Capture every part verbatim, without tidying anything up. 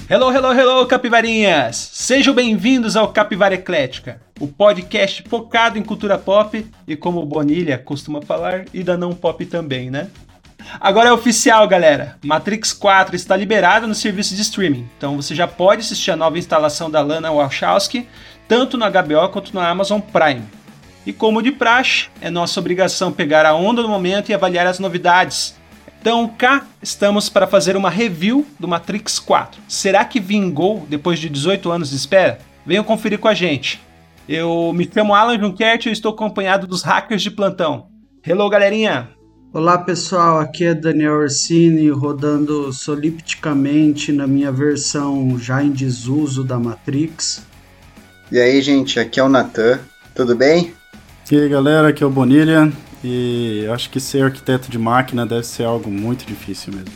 Hello, hello, hello, capivarinhas! Sejam bem-vindos ao Capivara Eclética, o podcast focado em cultura pop e, como o Bonilha costuma falar, e da não pop também, né? Agora é oficial, galera! Matrix quatro está liberada no serviço de streaming, então você já pode assistir a nova instalação da Lana Wachowski, tanto no H B O quanto na Amazon Prime. E como de praxe, é nossa obrigação pegar a onda do momento e avaliar as novidades. Então cá estamos para fazer uma review do Matrix quatro. Será que vingou depois de dezoito anos de espera? Venham conferir com a gente. Eu me chamo Alan Junquert e eu estou acompanhado dos hackers de plantão. Hello, galerinha! Olá pessoal, aqui é Daniel Orsini rodando solipticamente na minha versão já em desuso da Matrix. E aí gente, aqui é o Natan, tudo bem? E aí galera, aqui é o Bonilha. E acho que ser arquiteto de máquina deve ser algo muito difícil mesmo.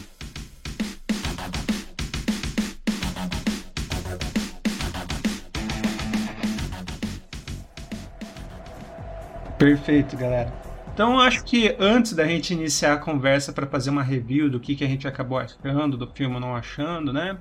Perfeito, galera. Então acho que antes da gente iniciar a conversa para fazer uma review do que, que a gente acabou achando do filme ou não achando, né?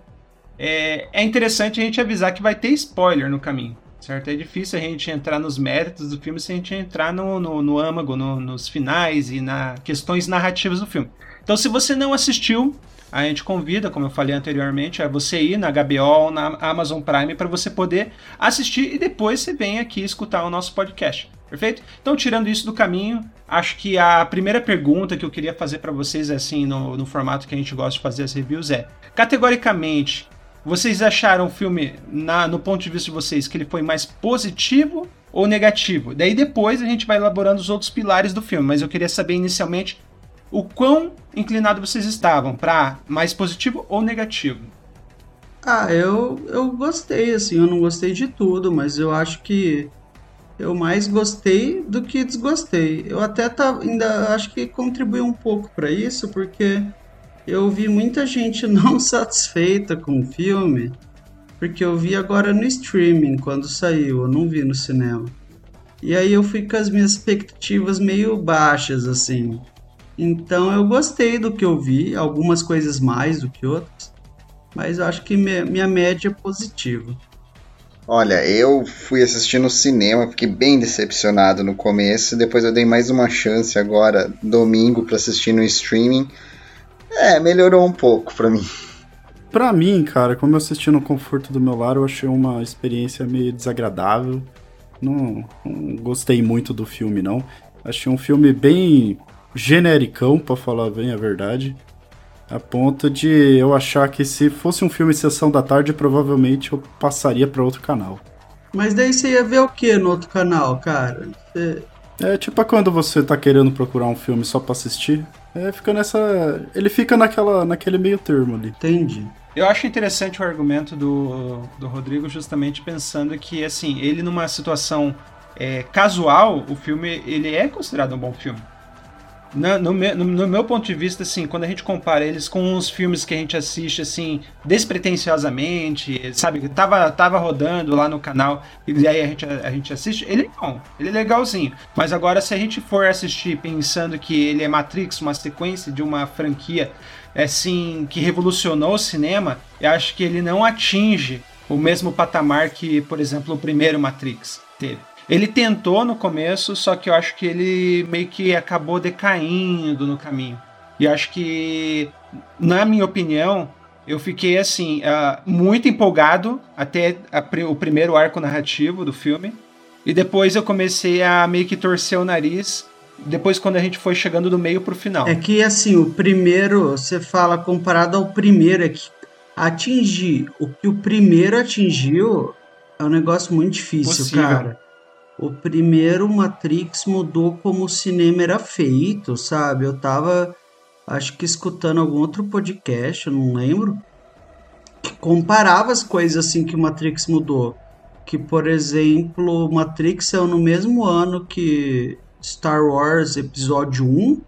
É, é interessante a gente avisar que vai ter spoiler no caminho. Certo? É difícil a gente entrar nos méritos do filme se a gente entrar no, no, no âmago, no, nos finais e nas questões narrativas do filme. Então, se você não assistiu, a gente convida, como eu falei anteriormente, a você ir na H B O ou na Amazon Prime para você poder assistir e depois você vem aqui escutar o nosso podcast. Perfeito? Então, tirando isso do caminho, acho que a primeira pergunta que eu queria fazer para vocês, assim, no, no formato que a gente gosta de fazer as reviews é, categoricamente, vocês acharam o filme, na, no ponto de vista de vocês, que ele foi mais positivo ou negativo? Daí depois a gente vai elaborando os outros pilares do filme, mas eu queria saber inicialmente o quão inclinado vocês estavam para mais positivo ou negativo. Ah, eu, eu gostei, assim, eu não gostei de tudo, mas eu acho que eu mais gostei do que desgostei. Eu até tá, ainda acho que contribuiu um pouco para isso, porque eu vi muita gente não satisfeita com o filme, porque eu vi agora no streaming quando saiu, eu não vi no cinema. E aí eu fui com as minhas expectativas meio baixas, assim. Então eu gostei do que eu vi, algumas coisas mais do que outras, mas eu acho que minha média é positiva. Olha, eu fui assistir no cinema, fiquei bem decepcionado no começo, depois eu dei mais uma chance agora, domingo, para assistir no streaming. É, melhorou um pouco pra mim. Pra mim, cara, como eu assisti no conforto do meu lar, eu achei uma experiência meio desagradável. Não, não gostei muito do filme, não. Achei um filme bem genericão, pra falar bem a verdade. A ponto de eu achar que se fosse um filme Sessão da Tarde, provavelmente eu passaria pra outro canal. Mas daí você ia ver o que no outro canal, cara? Você... É tipo quando você tá querendo procurar um filme só pra assistir. É, fica nessa... Ele fica naquela, naquele meio termo ali. Entendi. Eu acho interessante o argumento do, do Rodrigo justamente pensando que, assim, ele numa situação é, casual, o filme, ele é considerado um bom filme. No, no, meu, no, no meu ponto de vista, assim, quando a gente compara eles com os filmes que a gente assiste, assim, despretensiosamente, sabe, tava, tava rodando lá no canal, e aí a gente, a, a gente assiste, ele é bom, ele é legalzinho. Mas agora, se a gente for assistir pensando que ele é Matrix, uma sequência de uma franquia, assim, que revolucionou o cinema, eu acho que ele não atinge o mesmo patamar que, por exemplo, o primeiro Matrix teve. Ele tentou no começo, só que eu acho que ele meio que acabou decaindo no caminho. E acho que, na minha opinião, eu fiquei assim, uh, muito empolgado até a, o primeiro arco narrativo do filme. E depois eu comecei a meio que torcer o nariz, depois quando a gente foi chegando do meio pro final. É que assim, o primeiro, você fala comparado ao primeiro, é que atingir o que o primeiro atingiu é um negócio muito difícil, Possível. cara. O primeiro Matrix mudou como o cinema era feito, sabe? Eu tava, acho que escutando algum outro podcast, eu não lembro, que comparava as coisas assim que o Matrix mudou. Que, por exemplo, Matrix saiu no mesmo ano que Star Wars Episódio um,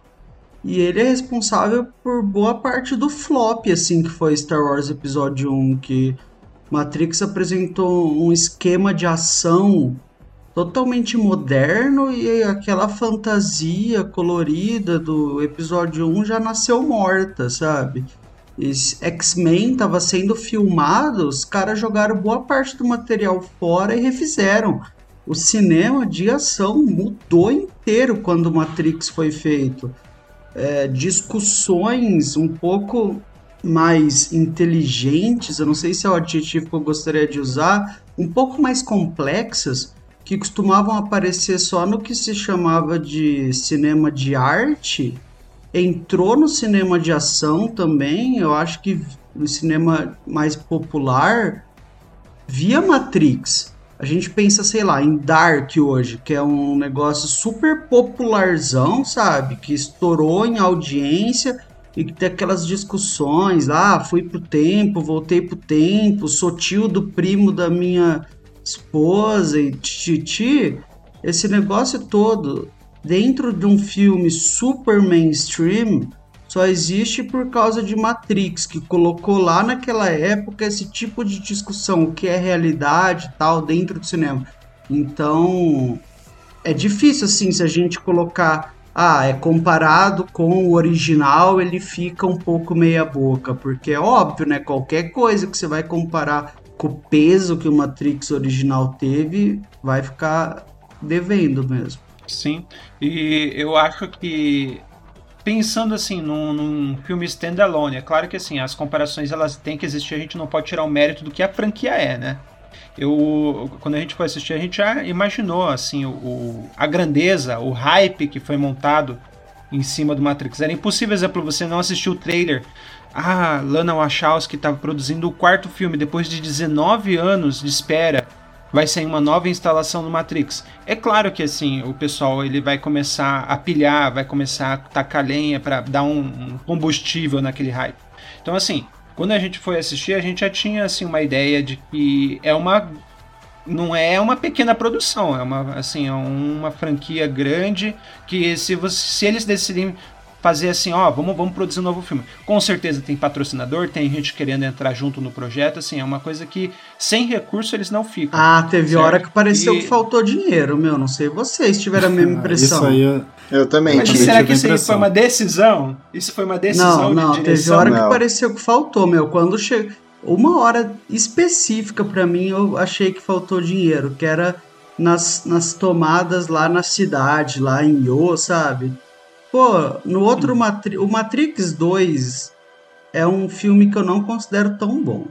e ele é responsável por boa parte do flop, assim, que foi Star Wars Episódio um, que Matrix apresentou um esquema de ação totalmente moderno e aquela fantasia colorida do episódio um já nasceu morta, sabe? X-Men estava sendo filmado, os caras jogaram boa parte do material fora e refizeram. O cinema de ação mudou inteiro quando o Matrix foi feito. É, discussões um pouco mais inteligentes, eu não sei se é o adjetivo que eu gostaria de usar, um pouco mais complexas, que costumavam aparecer só no que se chamava de cinema de arte, entrou no cinema de ação também. Eu acho que no cinema mais popular, via Matrix. A gente pensa, sei lá, em Dark hoje, que é um negócio super popularzão, sabe? Que estourou em audiência e que tem aquelas discussões, ah, fui pro tempo, voltei pro tempo, sou tio do primo da minha esposa e titi. Esse negócio todo, dentro de um filme super mainstream, só existe por causa de Matrix, que colocou lá naquela época esse tipo de discussão, o que é realidade e tal, dentro do cinema. Então, é difícil, assim, se a gente colocar, ah, é comparado com o original, ele fica um pouco meia boca, porque é óbvio, né, qualquer coisa que você vai comparar com o peso que o Matrix original teve, vai ficar devendo mesmo. Sim, e eu acho que pensando assim num, num filme standalone, é claro que assim, as comparações elas têm que existir, a gente não pode tirar o mérito do que a franquia é, né? Eu, quando a gente foi assistir, a gente já imaginou assim, o, o, a grandeza, o hype que foi montado em cima do Matrix. Era impossível, exemplo, você não assistir o trailer. Ah, Lana Wachowski estava produzindo o quarto filme depois de dezenove anos de espera. Vai sair uma nova instalação do Matrix. É claro que assim, o pessoal ele vai começar a pilhar, vai começar a tacar lenha para dar um, um combustível naquele hype. Então assim, quando a gente foi assistir, a gente já tinha assim uma ideia de que é uma não é uma pequena produção, é uma assim, é uma franquia grande que se você, se eles decidirem fazer assim, ó, vamos, vamos produzir um novo filme. Com certeza tem patrocinador, tem gente querendo entrar junto no projeto, assim, é uma coisa que sem recurso eles não ficam. Ah, teve certo? hora que pareceu e... que faltou dinheiro, meu, não sei vocês tiveram a mesma impressão. Isso aí eu, eu também. Mas também será que isso aí foi uma decisão? Isso foi uma decisão não, não, de direção? Teve hora não. que pareceu que faltou, meu, quando chegou uma hora específica pra mim, eu achei que faltou dinheiro, que era nas, nas tomadas lá na cidade, lá em Yo, sabe? Pô, no outro Matri- o Matrix dois é um filme que eu não considero tão bom.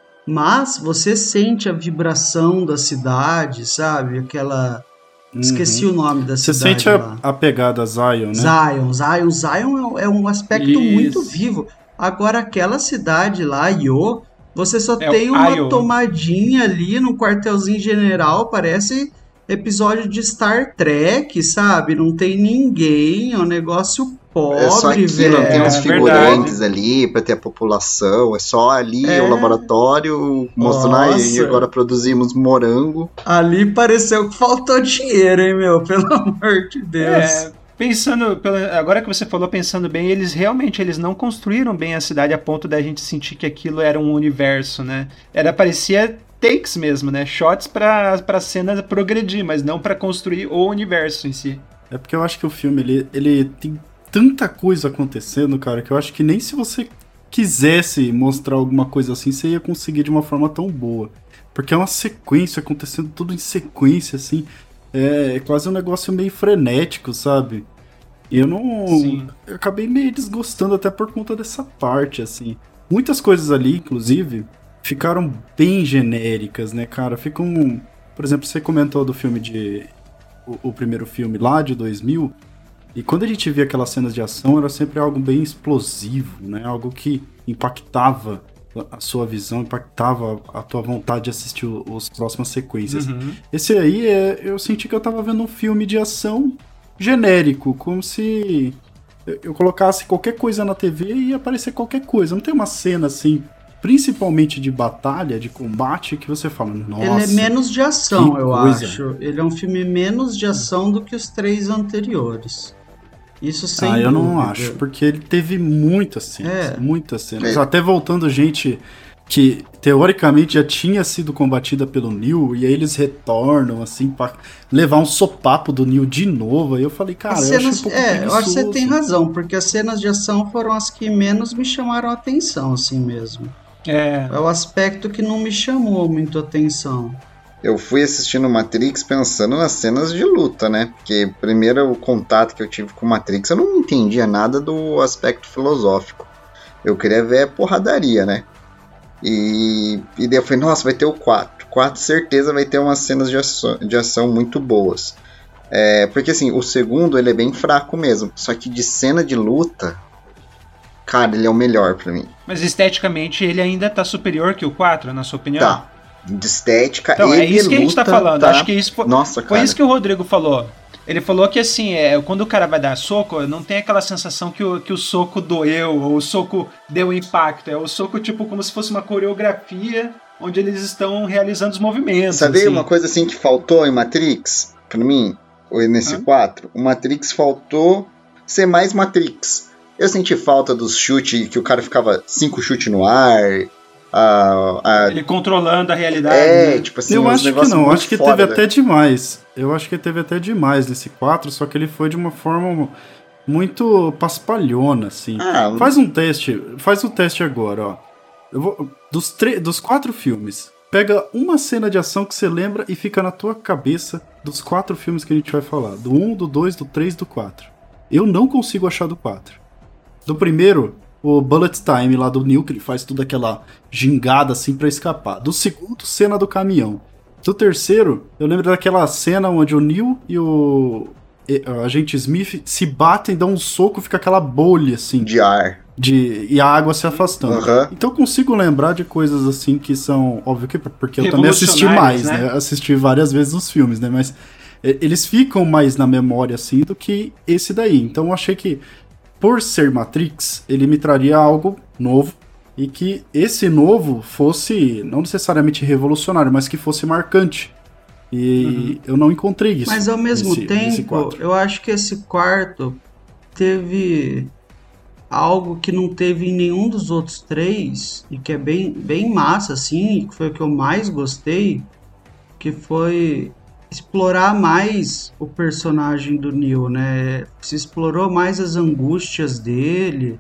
Mas você sente a vibração da cidade, sabe? Aquela... Uhum. Esqueci o nome da você cidade. Você sente a, a pegada Zion, né? Zion, Zion. Zion é, é um aspecto Isso. muito vivo. Agora, aquela cidade lá, Yo, você só é tem uma Io. tomadinha ali no quartelzinho general, parece... episódio de Star Trek, sabe? Não tem ninguém, é um negócio pobre, velho. É só aquilo, velho. Não tem uns figurantes é ali pra ter a população, é só ali é. o laboratório mostrando aí, agora produzimos morango. Ali pareceu que faltou dinheiro, hein, meu? Pelo amor de Deus. É, pensando, agora que você falou, pensando bem, eles realmente eles não construíram bem a cidade a ponto da gente sentir que aquilo era um universo, né? Era, parecia... takes mesmo, né? Shots pra, pra cena progredir, mas não pra construir o universo em si. É porque eu acho que o filme, ele, ele tem tanta coisa acontecendo, cara, que eu acho que nem se você quisesse mostrar alguma coisa assim, você ia conseguir de uma forma tão boa. Porque é uma sequência, acontecendo tudo em sequência, assim. É, é quase um negócio meio frenético, sabe? E eu não... Sim. Eu acabei meio desgostando até por conta dessa parte, assim. Muitas coisas ali, inclusive... ficaram bem genéricas, né, cara? Ficam... Por exemplo, você comentou do filme de... O, o primeiro filme lá de dois mil, e quando a gente via aquelas cenas de ação, era sempre algo bem explosivo, né? Algo que impactava a sua visão, impactava a tua vontade de assistir as próximas sequências. Uhum. Esse aí, é, eu senti que eu tava vendo um filme de ação genérico, como se eu colocasse qualquer coisa na T V e ia aparecer qualquer coisa. Não tem uma cena assim... principalmente de batalha, de combate, que você fala, nossa... Ele é menos de ação, eu coisa. acho. Ele é um filme menos de ação do que os três anteriores. Isso sem Ah, eu dúvida. não acho, porque ele teve muitas cenas, é. muitas cenas. É. Até voltando gente que teoricamente já tinha sido combatida pelo Neo, e aí eles retornam, assim, pra levar um sopapo do Neo de novo. Aí eu falei, cara, As eu cenas, achei um pouco é, eu acho que você preguiçoso. tem razão, porque as cenas de ação foram as que menos me chamaram a atenção, assim mesmo. É. É o aspecto que não me chamou muito a atenção. Eu fui assistindo Matrix pensando nas cenas de luta, né? Porque primeiro o contato que eu tive com Matrix, eu não entendia nada do aspecto filosófico. Eu queria ver a porradaria, né? E, e daí eu falei, nossa, vai ter o quatro. quatro certeza vai ter umas cenas de ação, de ação muito boas. É, porque assim, o segundo ele é bem fraco mesmo. Só que de cena de luta, cara, ele é o melhor pra mim. Mas esteticamente ele ainda tá superior que o quatro, na sua opinião? Tá. De estética, então, ele é isso que a gente tá falando. Tá... Acho que isso foi, Nossa, foi isso que o Rodrigo falou. Ele falou que assim, é, quando o cara vai dar soco, não tem aquela sensação que o, que o soco doeu, ou o soco deu impacto. É o soco tipo como se fosse uma coreografia onde eles estão realizando os movimentos. Sabe assim. uma coisa assim que faltou em Matrix, pra mim, nesse quatro? O Matrix faltou ser mais Matrix. Eu senti falta dos chutes, que o cara ficava cinco chutes no ar... A, a... Ele controlando a realidade. É, né? tipo assim, eu acho que não, acho que foda, teve até demais. Eu acho que teve até demais nesse quatro, só que ele foi de uma forma muito paspalhona, assim. Ah, faz um teste, faz um teste agora, ó. Eu vou, dos, tre- dos quatro filmes, pega uma cena de ação que você lembra e fica na tua cabeça dos quatro filmes que a gente vai falar. Do um, do dois, do três, do quatro. Eu não consigo achar do quatro. Do primeiro... o Bullet Time lá do Neo, que ele faz toda aquela gingada assim pra escapar. Do segundo, cena do caminhão. Do terceiro, eu lembro daquela cena onde o Neo e o agente Smith se batem, dão um soco, fica aquela bolha assim. De ar. De, e a água se afastando. Uhum. Então eu consigo lembrar de coisas assim que são... Óbvio que porque eu também assisti mais, né? né? Assisti várias vezes os filmes, né? Mas eles ficam mais na memória assim do que esse daí. Então eu achei que por ser Matrix, ele me traria algo novo e que esse novo fosse, não necessariamente revolucionário, mas que fosse marcante. E uhum. eu não encontrei isso. Mas ao mesmo nesse, tempo, nesse eu acho que esse quarto teve algo que não teve em nenhum dos outros três e que é bem, bem massa, assim, que foi o que eu mais gostei, que foi... explorar mais o personagem do Neo, né? Se explorou mais as angústias dele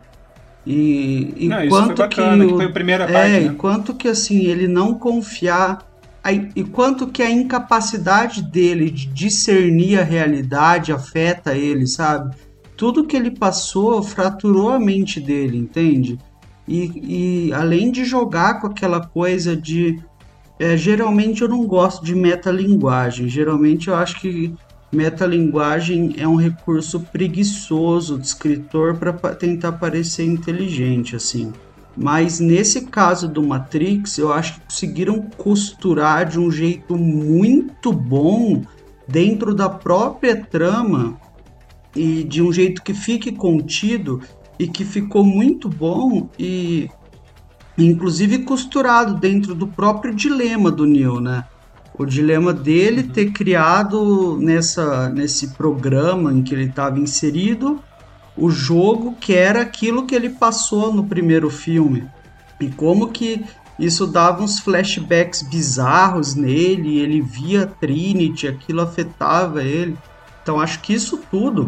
e não, enquanto isso foi bacana, que, que foi a primeira é, parte, né? enquanto que assim ele não confiar, e quanto que a incapacidade dele de discernir a realidade afeta ele, sabe? Tudo que ele passou fraturou a mente dele, entende? E, e além de jogar com aquela coisa de É, geralmente eu não gosto de metalinguagem. Geralmente eu acho que metalinguagem é um recurso preguiçoso de escritor para tentar parecer inteligente, assim. Mas nesse caso do Matrix, eu acho que conseguiram costurar de um jeito muito bom dentro da própria trama e de um jeito que fique contido e que ficou muito bom e inclusive costurado dentro do próprio dilema do Neo, né? O dilema dele uhum. ter criado nessa, nesse programa em que ele estava inserido o jogo que era aquilo que ele passou no primeiro filme. E como que isso dava uns flashbacks bizarros nele, ele via a Trinity, aquilo afetava ele. Então acho que isso tudo,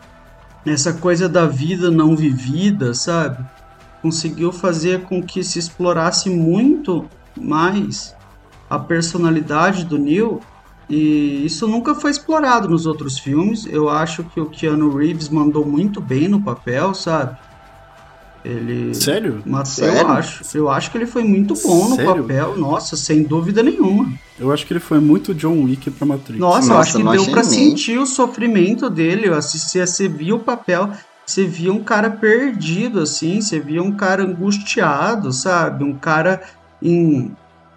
essa coisa da vida não vivida, sabe? Conseguiu fazer com que se explorasse muito mais a personalidade do Neo, e isso nunca foi explorado nos outros filmes. Eu acho que o Keanu Reeves mandou muito bem no papel, sabe? Ele... Sério? Mas Sério? Eu acho, eu acho que ele foi muito bom Sério? no papel, nossa, sem dúvida nenhuma. Eu acho que ele foi muito John Wick pra Matrix. Nossa, Nossa, eu acho que não deu achei pra nem. sentir o sofrimento dele. Eu assisti, você via o papel, você via um cara perdido, assim, você via um cara angustiado, sabe? Um cara em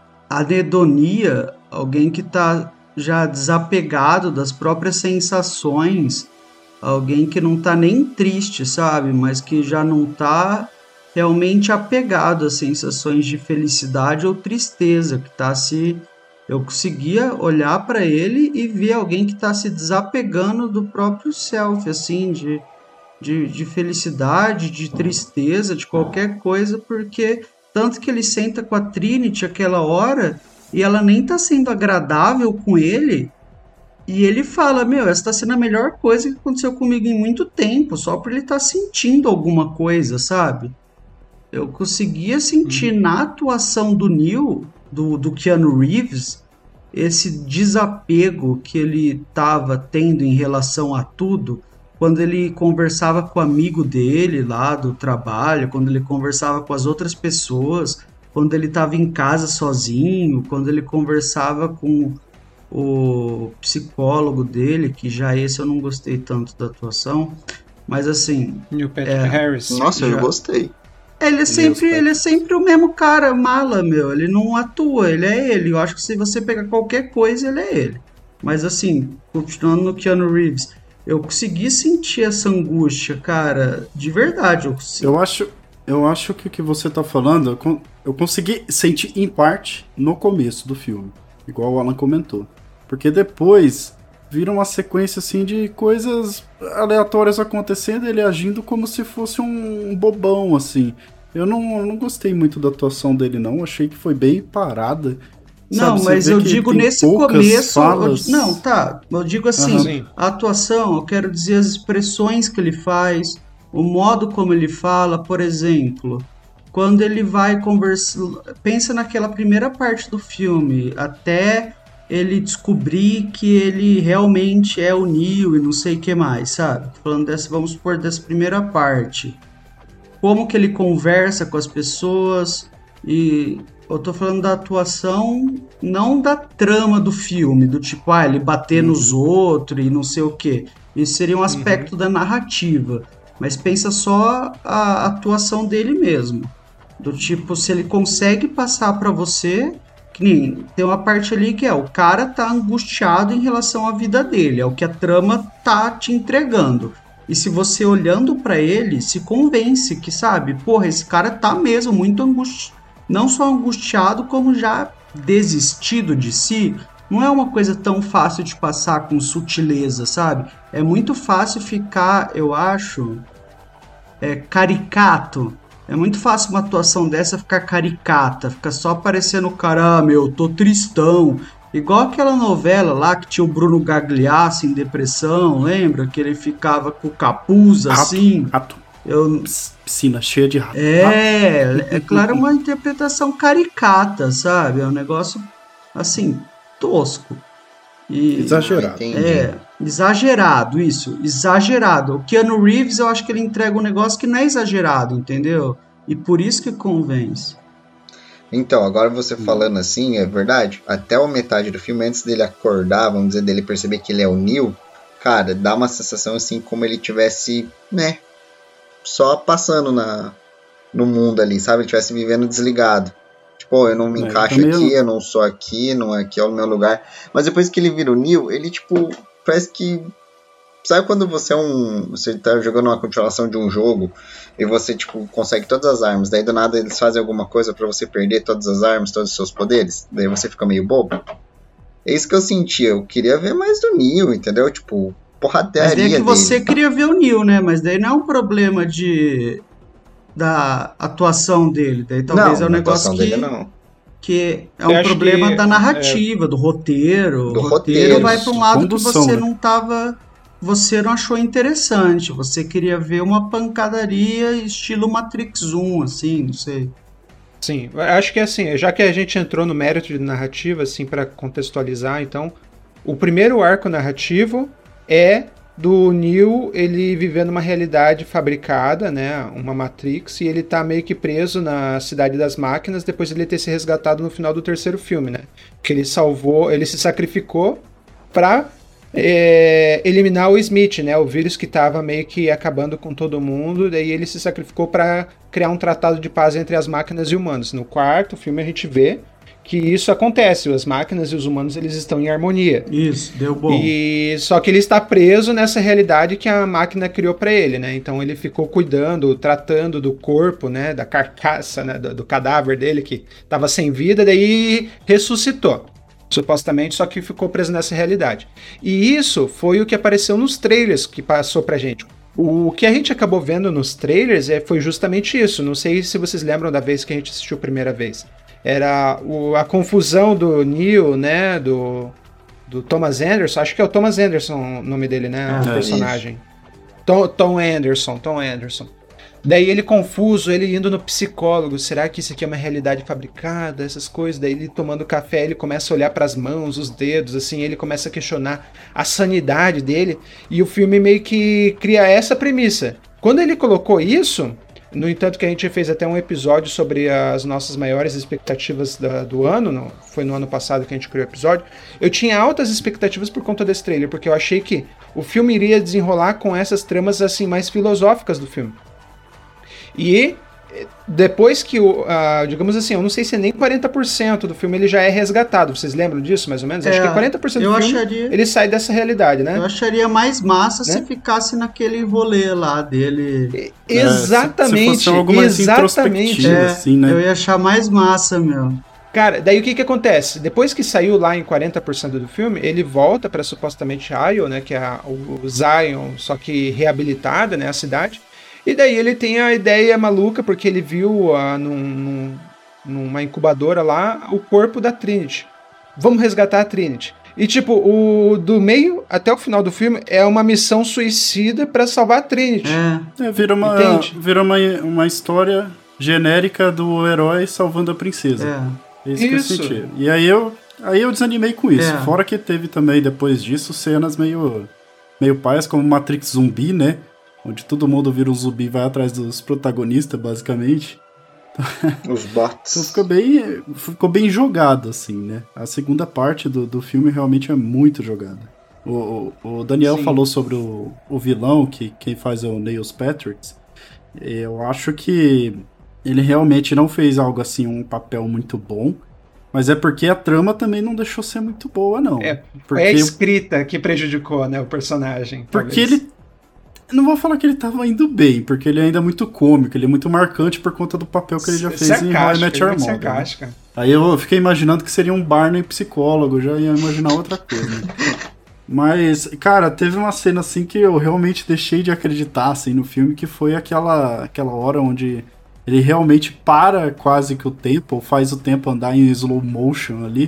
anedonia, alguém que tá já desapegado das próprias sensações, alguém que não tá nem triste, sabe? Mas que já não tá realmente apegado às sensações de felicidade ou tristeza, que tá se... Eu conseguia olhar para ele e ver alguém que tá se desapegando do próprio self, assim, de, de, de felicidade, de tristeza, de qualquer coisa, porque Tanto que ele senta com a Trinity aquela hora e ela nem tá sendo agradável com ele. E ele fala, meu, essa tá sendo a melhor coisa que aconteceu comigo em muito tempo, só por ele estar tá sentindo alguma coisa, sabe? Eu conseguia sentir uhum. na atuação do Neo, do, do Keanu Reeves, esse desapego que ele tava tendo em relação a tudo, quando ele conversava com o amigo dele lá do trabalho, quando ele conversava com as outras pessoas, quando ele estava em casa sozinho, quando ele conversava com o psicólogo dele, que já esse eu não gostei tanto da atuação, mas assim... E o Patrick é, Harris. Nossa, já... eu gostei. Ele é, sempre, ele é sempre o mesmo cara, mala, meu, ele não atua, ele é ele, eu acho que se você pegar qualquer coisa, ele é ele. Mas assim, continuando no Keanu Reeves, eu consegui sentir essa angústia, cara, de verdade. Eu, eu, acho, eu acho que o que você tá falando, eu, eu consegui sentir em parte no começo do filme, igual o Alan comentou. Porque depois vira uma sequência assim de coisas aleatórias acontecendo, ele agindo como se fosse um bobão, assim. Eu não, eu não gostei muito da atuação dele, não. Achei que foi bem parada. Não, Sabe, mas eu digo nesse começo... Falas... Eu, não, tá. Eu digo assim, uhum. a atuação, eu quero dizer as expressões que ele faz, o modo como ele fala, por exemplo... Quando ele vai conversar... Pensa naquela primeira parte do filme, até ele descobrir que ele realmente é o Neo e não sei o que mais, sabe? Falando dessa, vamos supor, dessa primeira parte. Como que ele conversa com as pessoas e... Eu tô falando da atuação, não da trama do filme, do tipo, ah, ele bater uhum. nos outros e não sei o quê. Isso seria um aspecto uhum. da narrativa. Mas pensa só a atuação dele mesmo. Do tipo, se ele consegue passar pra você, que nem, tem uma parte ali que é, o cara tá angustiado em relação à vida dele, é o que a trama tá te entregando. E se você olhando pra ele, se convence que, sabe, porra, esse cara tá mesmo muito angustiado, não só angustiado, como já desistido de si. Não é uma coisa tão fácil de passar com sutileza, sabe? É muito fácil ficar, eu acho, é, caricato. É muito fácil uma atuação dessa ficar caricata, ficar só parecendo o cara, ah, meu, tô tristão. Igual aquela novela lá que tinha o Bruno Gagliasso em depressão, lembra? Que ele ficava com o capuz assim. Rato. Eu... Piscina cheia de rato. É, é claro, uma interpretação caricata, sabe? É um negócio, assim, tosco. E, exagerado. É, exagerado, isso, exagerado. O Keanu Reeves, eu acho que ele entrega um negócio que não é exagerado, entendeu? E por isso que convence. Então, agora você falando assim, é verdade, até a metade do filme, antes dele acordar, vamos dizer, dele perceber que ele é o Neo, cara, dá uma sensação assim, como ele tivesse, né, só passando na, no mundo ali, sabe? Ele estivesse vivendo desligado. Tipo, eu não me é, encaixo eu aqui, eu não sou aqui, não é aqui é o meu lugar. Mas depois que ele vira o Neo, ele, tipo, parece que... Sabe quando você é um... Você tá jogando uma continuação de um jogo e você, tipo, consegue todas as armas, daí do nada eles fazem alguma coisa pra você perder todas as armas, todos os seus poderes, daí você fica meio bobo. É isso que eu senti, eu queria ver mais do Neo, entendeu? Tipo... Mas daí é que você dele. Queria ver o Neo, né? Mas daí não é um problema de da atuação dele. Daí talvez não, é um negócio que, dele, não. que é um problema que, da narrativa, é, do roteiro. Do o roteiro, roteiro vai para um lado condução, que você né? não tava... Você não achou interessante. Você queria ver uma pancadaria estilo Matrix um, assim, não sei. Sim, acho que assim, já que a gente entrou no mérito de narrativa, assim, para contextualizar, então, o primeiro arco narrativo é do Neo, ele vivendo uma realidade fabricada, né, uma Matrix, e ele tá meio que preso na Cidade das Máquinas depois de ele ter se resgatado no final do terceiro filme, né, que ele salvou, ele se sacrificou pra é, eliminar o Smith, né, o vírus que tava meio que acabando com todo mundo, daí ele se sacrificou pra criar um tratado de paz entre as máquinas e humanos. No quarto filme a gente vê que isso acontece, as máquinas e os humanos eles estão em harmonia. Isso, deu bom. E só que ele está preso nessa realidade que a máquina criou para ele, né? Então ele ficou cuidando, tratando do corpo, né, da carcaça, né, do, do cadáver dele que estava sem vida, daí ressuscitou, supostamente, só que ficou preso nessa realidade. E isso foi o que apareceu nos trailers que passou pra gente. O que a gente acabou vendo nos trailers é, foi justamente isso. Não sei se vocês lembram da vez que a gente assistiu a primeira vez. Era o, a confusão do Neo, né? Do, do Thomas Anderson. Acho que é o Thomas Anderson o nome dele, né? Ah, o personagem. Tom, Tom Anderson, Tom Anderson. Daí ele confuso, ele indo no psicólogo. Será que isso aqui é uma realidade fabricada? Essas coisas. Daí ele tomando café, ele começa a olhar para as mãos, os dedos, assim. Ele começa a questionar a sanidade dele. E o filme meio que cria essa premissa. Quando ele colocou isso, no entanto que a gente fez até um episódio sobre as nossas maiores expectativas da, do ano, no, foi no ano passado que a gente criou o episódio, eu tinha altas expectativas por conta desse trailer, porque eu achei que o filme iria desenrolar com essas tramas assim mais filosóficas do filme. E depois que, o, uh, digamos assim, eu não sei se é nem quarenta por cento do filme ele já é resgatado. Vocês lembram disso, mais ou menos? É, acho que é quarenta por cento do filme acharia, ele sai dessa realidade, né? Eu acharia mais massa, né, se ficasse naquele rolê lá dele. É, exatamente. Se, se alguma exatamente. É, assim, né? Eu ia achar mais massa, meu. Cara, daí o que que acontece? Depois que saiu lá em quarenta por cento do filme, ele volta para supostamente Io, né, que é a, o Zion, só que reabilitada, né, a cidade. E daí ele tem a ideia maluca, porque ele viu uh, num, num, numa incubadora lá o corpo da Trinity. Vamos resgatar a Trinity. E tipo, o, do meio até o final do filme é uma missão suicida para salvar a Trinity. É, é vira, uma, vira uma, uma história genérica do herói salvando a princesa. É, é isso, isso que eu senti. E aí eu, aí eu desanimei com isso. É. Fora que teve também, depois disso, cenas meio, meio paias, como Matrix Zumbi, né? Onde todo mundo vira um zumbi e vai atrás dos protagonistas, basicamente. Os bots. Então ficou bem, ficou bem jogado, assim, né? A segunda parte do, do filme realmente é muito jogada. O, o, o Daniel Sim. falou sobre o, o vilão, que quem faz é o Neil Patrick. Eu acho que ele realmente não fez algo assim, um papel muito bom. Mas é porque a trama também não deixou ser muito boa, não. É, porque é a escrita que prejudicou, né, o personagem. Porque talvez. ele... Não vou falar que ele tava indo bem, porque ele ainda é muito cômico, ele é muito marcante por conta do papel que ele já fez em How I Met Your Mother. Né? Aí eu fiquei imaginando que seria um Barney psicólogo, já ia imaginar outra coisa. Mas, cara, teve uma cena assim que eu realmente deixei de acreditar assim, no filme, que foi aquela, aquela hora onde ele realmente para quase que o tempo, ou faz o tempo andar em slow motion ali.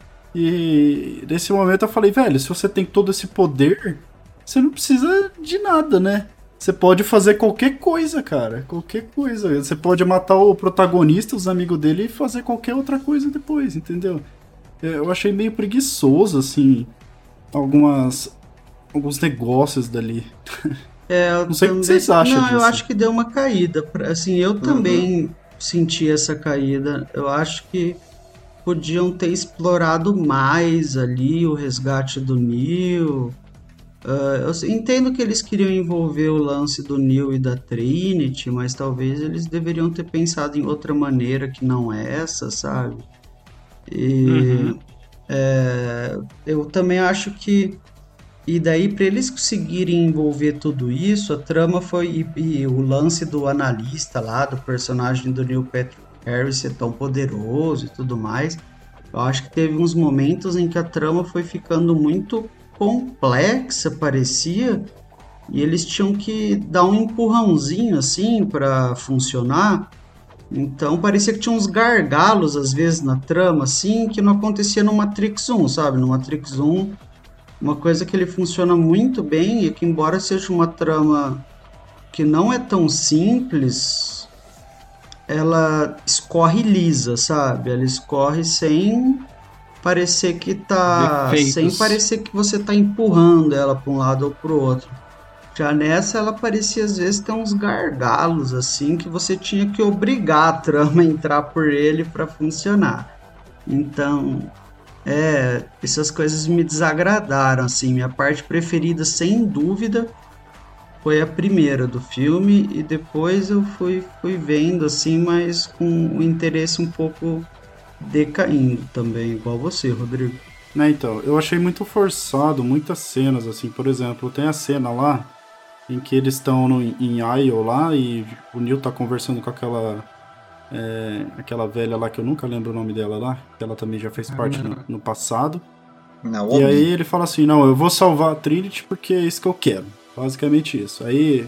E nesse momento eu falei, velho, se você tem todo esse poder... Você não precisa de nada, né? Você pode fazer qualquer coisa, cara. Qualquer coisa. Você pode matar o protagonista, os amigos dele, e fazer qualquer outra coisa depois, entendeu? Eu achei meio preguiçoso, assim, algumas, alguns negócios dali. É, eu não sei também... o que vocês acham Não, disso. eu acho que deu uma caída. Assim, eu uhum. também senti essa caída. Eu acho que podiam ter explorado mais ali o resgate do Neo... Uh, eu entendo que eles queriam envolver o lance do Neo e da Trinity, mas talvez eles deveriam ter pensado em outra maneira que não essa, sabe? E uhum. é, eu também acho que e daí para eles conseguirem envolver tudo isso, a trama foi e, e o lance do analista lá, do personagem do Neil Patrick Harris ser tão poderoso e tudo mais, eu acho que teve uns momentos em que a trama foi ficando muito complexa, parecia, e eles tinham que dar um empurrãozinho assim para funcionar. Então parecia que tinha uns gargalos às vezes na trama assim, que não acontecia no Matrix um, sabe? No Matrix um, uma coisa que ele funciona muito bem e que, embora seja uma trama que não é tão simples, ela escorre lisa, sabe? Ela escorre sem parecer que tá... Defeitos. Sem parecer que você tá empurrando ela para um lado ou pro outro. Já nessa, ela parecia às vezes ter uns gargalos, assim, que você tinha que obrigar a trama a entrar por ele para funcionar. Então, é... essas coisas me desagradaram, assim. Minha parte preferida, sem dúvida, foi a primeira do filme, e depois eu fui, fui vendo, assim, mas com o interesse um pouco decaindo também, igual você, Rodrigo. Né, então, eu achei muito forçado, muitas cenas, assim, por exemplo, tem a cena lá em que eles estão em Io lá e o Neo tá conversando com aquela é, aquela velha lá que eu nunca lembro o nome dela lá, que ela também já fez parte no, no passado. Não, e aí ele fala assim, não, eu vou salvar a Trinity porque é isso que eu quero. Basicamente isso. Aí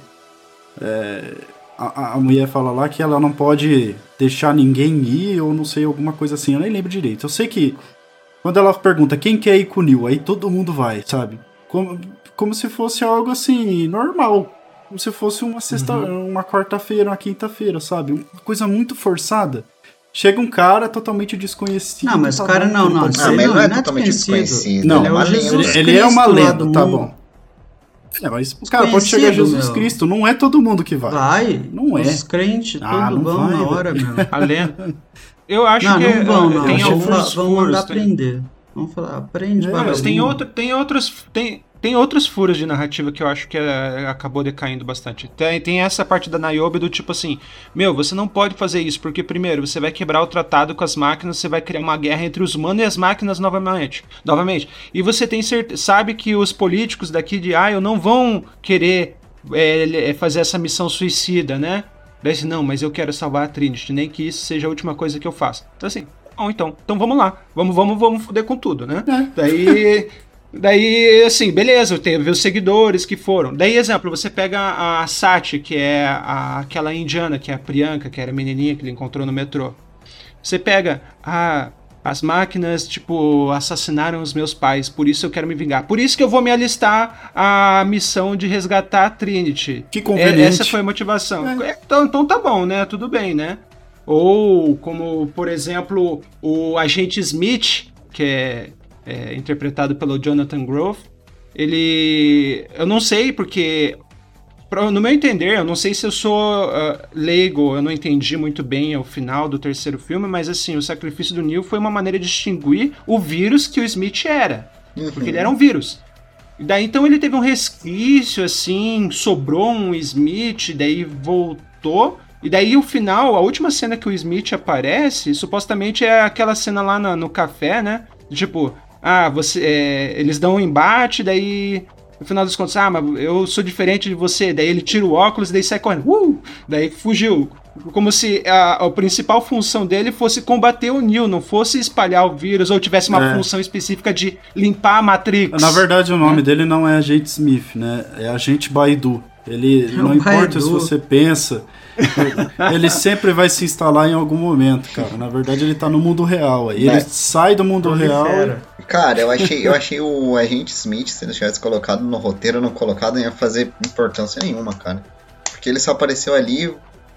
é, a, a mulher fala lá que ela não pode deixar ninguém ir, ou não sei, alguma coisa assim, eu nem lembro direito. Eu sei que quando ela pergunta quem quer ir com o Neil, aí todo mundo vai, sabe? Como, como se fosse algo assim, normal. Como se fosse uma sexta, uhum. uma quarta-feira, uma quinta-feira, sabe? Uma coisa muito forçada. Chega um cara totalmente desconhecido. Não, mas o tá cara bom, não, não. Não, não, mas não não é não totalmente desconhecido. Não, ele é uma Jesus lenda. Ele é uma Cristo lá lenda, do tá mundo. bom. É, mas o cara pode chegar a Jesus meu. Cristo, não é todo mundo que vai. Vai. Não é. Os crentes, Ah, tudo não vão vai, na hora, meu. A lenda. Eu acho Não, que não vão, não. tem Vão, alguns vão mandar furos, tem- aprender. Vamos falar, aprende, É, Não, mas tem, vagabundo. outro, tem outros. Tem, tem outros furos de narrativa que eu acho que é, acabou decaindo bastante. Tem, tem essa parte da Niobe do tipo assim: meu, você não pode fazer isso, porque primeiro você vai quebrar o tratado com as máquinas, você vai criar uma guerra entre os humanos e as máquinas novamente. novamente. E você tem certe- sabe que os políticos daqui de Io não vão querer é, fazer essa missão suicida, né? Daí assim, não, mas eu quero salvar a Trinity, nem que isso seja a última coisa que eu faça. Então assim. Bom, então, então vamos lá, vamos, vamos, vamos foder com tudo, né? É. Daí, daí, assim, beleza, teve os seguidores que foram. Daí, exemplo, você pega a Sati, que é a, aquela indiana, que é a Priyanka, que era a menininha que ele encontrou no metrô. Você pega, ah, as máquinas, tipo, assassinaram os meus pais, por isso eu quero me vingar. Por isso que eu vou me alistar à missão de resgatar a Trinity. Que conveniente. É, essa foi a motivação. É. Então, então tá bom, né? Tudo bem, né? Ou como, por exemplo, o agente Smith, que é, é interpretado pelo Jonathan Groff, ele... Eu não sei, porque... No meu entender, eu não sei se eu sou uh, leigo, eu não entendi muito bem o final do terceiro filme, mas assim, o sacrifício do Neo foi uma maneira de distinguir o vírus que o Smith era. Uhum. Porque ele era um vírus. E daí então ele teve um resquício, assim, sobrou um Smith, daí voltou... E daí o final, a última cena que o Smith aparece, supostamente é aquela cena lá no, no café, né? Tipo, ah, você, é, eles dão um embate, daí no final dos contos, ah, mas eu sou diferente de você. Daí ele tira o óculos e daí sai correndo. Uh! Daí fugiu. Como se a, a principal função dele fosse combater o Neo, não fosse espalhar o vírus ou tivesse uma é. função específica de limpar a Matrix. Na verdade, o nome né? dele não é Agente Smith, né? É Agente Baidu. Ele, é não importa Baidu. Se você pensa, ele sempre vai se instalar em algum momento, cara. Na verdade, ele tá no mundo real. Aí ele sai do mundo real. E... Cara, eu achei, eu achei o Agente Smith, se ele tivesse colocado no roteiro, não colocado, não ia fazer importância nenhuma, cara. Porque ele só apareceu ali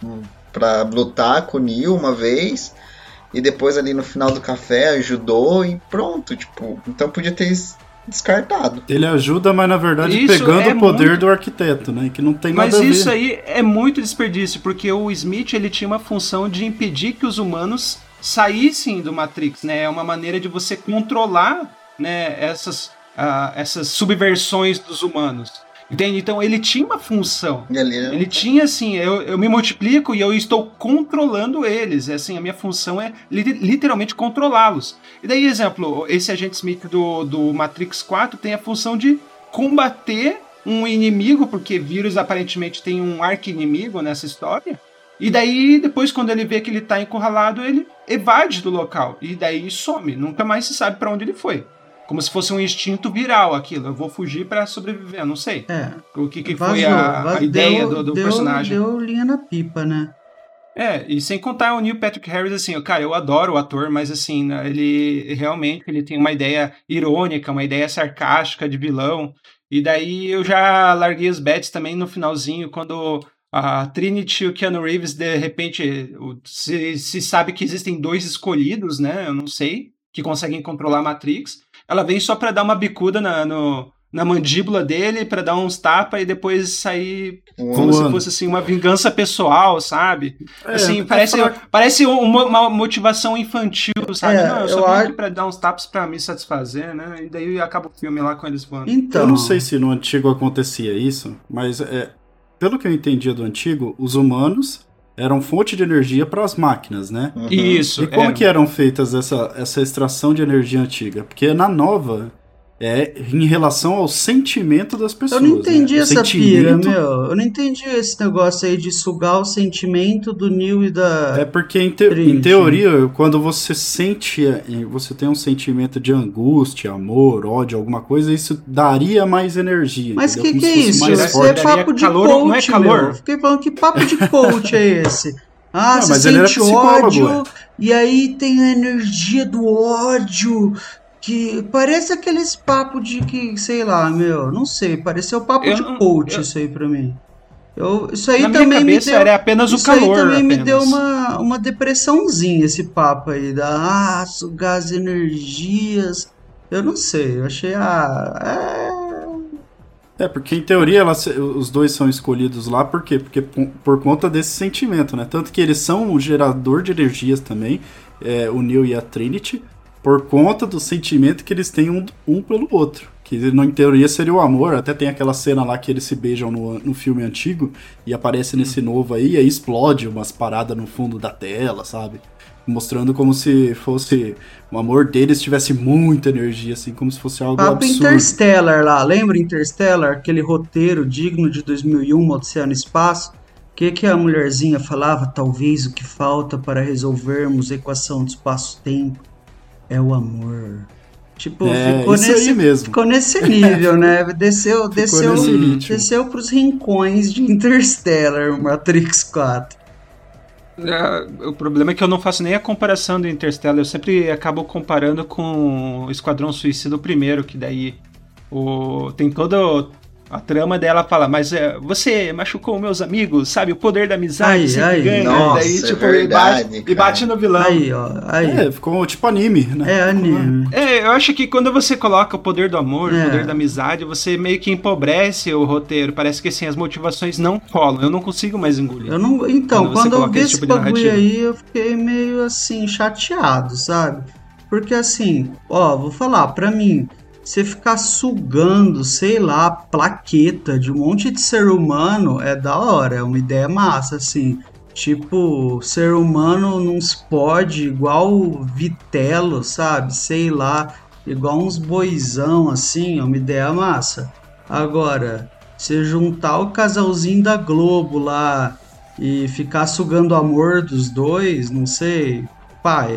pra lutar com o Neo uma vez, e depois ali no final do café ajudou e pronto, tipo, então podia ter descartado. Ele ajuda, mas na verdade isso pegando é o poder muito... do arquiteto, né? Que não tem mas nada a ver. Mas isso aí é muito desperdício, porque o Smith ele tinha uma função de impedir que os humanos saíssem do Matrix, né? É uma maneira de você controlar, né, essas, uh, essas subversões dos humanos. Entende? Então ele tinha uma função. Ele, ele tinha assim, eu, eu me multiplico e eu estou controlando eles. É, assim, a minha função é li- literalmente controlá-los. E daí, exemplo, esse agente Smith do, do Matrix quatro tem a função de combater um inimigo, porque vírus aparentemente tem um arqui-inimigo nessa história. E daí, depois, quando ele vê que ele está encurralado, ele evade do local. E daí some. Nunca mais se sabe para onde ele foi. Como se fosse um instinto viral aquilo. Eu vou fugir pra sobreviver, eu não sei. É. O que, que vazou, foi a, a ideia deu, do, do deu, personagem. Deu linha na pipa, né? É, e sem contar o Neil Patrick Harris, assim, cara, eu adoro o ator, mas assim, ele realmente ele tem uma ideia irônica, uma ideia sarcástica de vilão. E daí eu já larguei os bets também no finalzinho, quando a Trinity e o Keanu Reeves, de repente, se, se sabe que existem dois escolhidos, né? Eu não sei, que conseguem controlar a Matrix. Ela vem só pra dar uma bicuda na, no, na mandíbula dele, pra dar uns tapas e depois sair como se fosse assim, uma vingança pessoal, sabe? É, assim, parece, pra... parece uma, uma motivação infantil, sabe? É, não, eu eu só vim acho... aqui pra dar uns tapas pra me satisfazer, né? E daí acaba o filme lá com eles voando. Então... Eu não sei se no antigo acontecia isso, mas é, pelo que eu entendia do antigo, os humanos eram fonte de energia para as máquinas, né? Uhum. Isso. E como é. que eram feitas essa, essa extração de energia antiga? Porque na nova, É em relação ao sentimento das pessoas. Eu não entendi né? essa sentimento... pira, meu. Eu não entendi esse negócio aí de sugar o sentimento do Neo e da... É porque, em, te... em teoria, quando você sente, você tem um sentimento de angústia, amor, ódio, alguma coisa, isso daria mais energia. Mas entendeu? que Como que é isso? Isso é papo de calor, coach, não é calor? meu. Fiquei falando, que papo de coach é esse? Ah, não, você mas ele era sente psicólogo, ódio, ué. e aí tem a energia do ódio... Que parece aqueles papos de que, sei lá, meu, não sei, pareceu papo Eu de não- coach eu- isso aí pra mim. Eu, isso aí Na minha também me cabeça deu, era apenas o isso aí calor, também me apenas. deu uma, uma depressãozinha, esse papo aí, da, ah, sugar as energias, eu não sei, eu achei, ah, É, porque em teoria elas, os dois são escolhidos lá, por quê? Porque por, por conta desse sentimento, né? Tanto que eles são um gerador de energias também, é, o Neo e a Trinity, por conta do sentimento que eles têm um, um pelo outro. Que em teoria seria o amor, até tem aquela cena lá que eles se beijam no, no filme antigo, e aparece nesse novo aí, e aí explode umas paradas no fundo da tela, sabe? Mostrando como se fosse o amor deles tivesse muita energia, assim, como se fosse algo papo absurdo. Interstellar lá, lembra Interstellar, aquele roteiro digno de dois mil e um, Odisseia no Espaço? O que, que a mulherzinha falava? Talvez o que falta para resolvermos a equação do espaço-tempo é o amor. Tipo, É, ficou, isso nesse, aí mesmo. ficou nesse nível, né? Desceu, desceu, nesse ritmo. desceu pros rincões de Interstellar, Matrix quatro. É, o problema é que eu não faço nem a comparação do Interstellar, eu sempre acabo comparando com o Esquadrão Suicida, o primeiro, que daí o, tem toda a trama dela, fala, mas é, você machucou meus amigos, sabe, o poder da amizade, Aí, sempre aí. ganha, Nossa, daí é tipo, verdade, e, bate, cara. e bate no vilão. Aí, ó, aí. É, ficou tipo anime, né? É anime. É, eu acho que quando você coloca o poder do amor, É. o poder da amizade, você meio que empobrece o roteiro, parece que assim, as motivações não colam, eu não consigo mais engolir. Eu não, então, Quando você quando eu coloca vi esse esse tipo de bagulho narrativa. aí, eu fiquei meio assim, chateado, sabe? Porque assim, ó, vou falar, pra mim, você ficar sugando, sei lá, plaqueta de um monte de ser humano é da hora, é uma ideia massa, assim. Tipo, ser humano não se pode igual vitelo, sabe? Sei lá, igual uns boizão, assim, é uma ideia massa. Agora, você juntar o casalzinho da Globo lá e ficar sugando o amor dos dois, não sei, pai.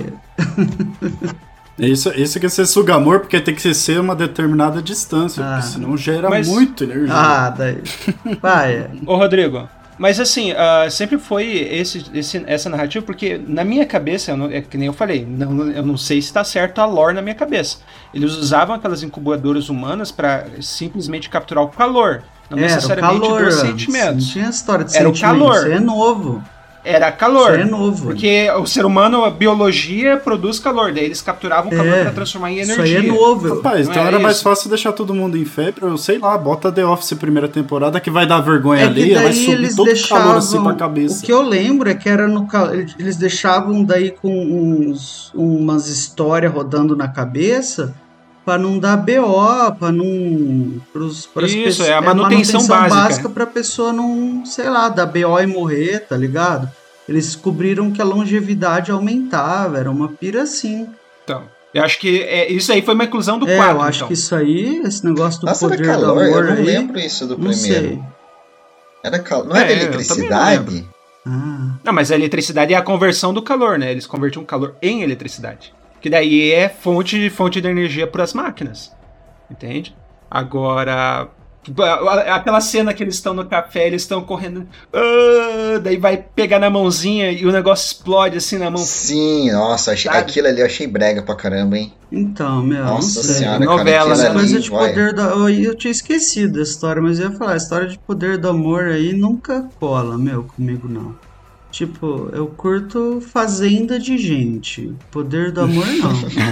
Isso, isso que você suga amor, porque tem que ser uma determinada distância, Ah. porque senão gera Mas- muito energia. Ah, daí. Pai. Ô, Rodrigo, mas assim, ah, sempre foi esse, esse- essa narrativa, porque na minha cabeça, eu não- é que nem eu falei, não, eu não sei se tá certo a lore na minha cabeça. Eles usavam aquelas incubadoras humanas pra simplesmente capturar o calor, não Era o necessariamente calor, dos antes. sentimentos. Não tinha história de Era o sentimento. calor. Isso aí é novo. Era calor. Isso aí é novo. Porque o ser humano, a biologia produz calor, daí eles capturavam o calor É, pra transformar em Isso energia. aí é novo. Rapaz, Não então é era mais isso. fácil deixar todo mundo em febre, ou sei lá, bota The Office primeira temporada que vai dar vergonha É que alheia, vai daí subir eles todo o calor assim deixavam. pra cabeça. O que eu lembro é que era no cal- eles deixavam daí com uns, umas histórias rodando na cabeça pra não dar B O, pra não. Pros, pras Isso, pessoas- é a manutenção básica. pra pessoa não, sei lá, dar B O e morrer, tá ligado? Eles descobriram que a longevidade aumentava, era uma pira assim. Então, eu acho que é, isso aí foi uma inclusão do É, quatro, eu acho então. que isso aí, esse negócio do Nossa, poder era do calor? amor Eu não aí, lembro isso do não primeiro. sei. Era cal... Não É, era eu também não eletricidade? Ah. Não, mas a eletricidade é a conversão do calor, né? Eles convertiam calor em eletricidade. Que daí é fonte, fonte de energia para as máquinas. Entende? Agora, aquela cena que eles estão no café, eles estão correndo, ah, daí vai pegar na mãozinha e o negócio explode assim na mão. Sim, nossa, achei... Sabe? aquilo ali eu achei brega pra caramba, hein? Então, meu, Nossa não sei. senhora, Novela, cara, Essa né? aquilo coisa ali, de vai. poder do eu, eu tinha esquecido dessa história, mas eu ia falar, a história de poder do amor aí nunca cola, meu, comigo não. Tipo, eu curto fazenda de gente. Poder do amor não.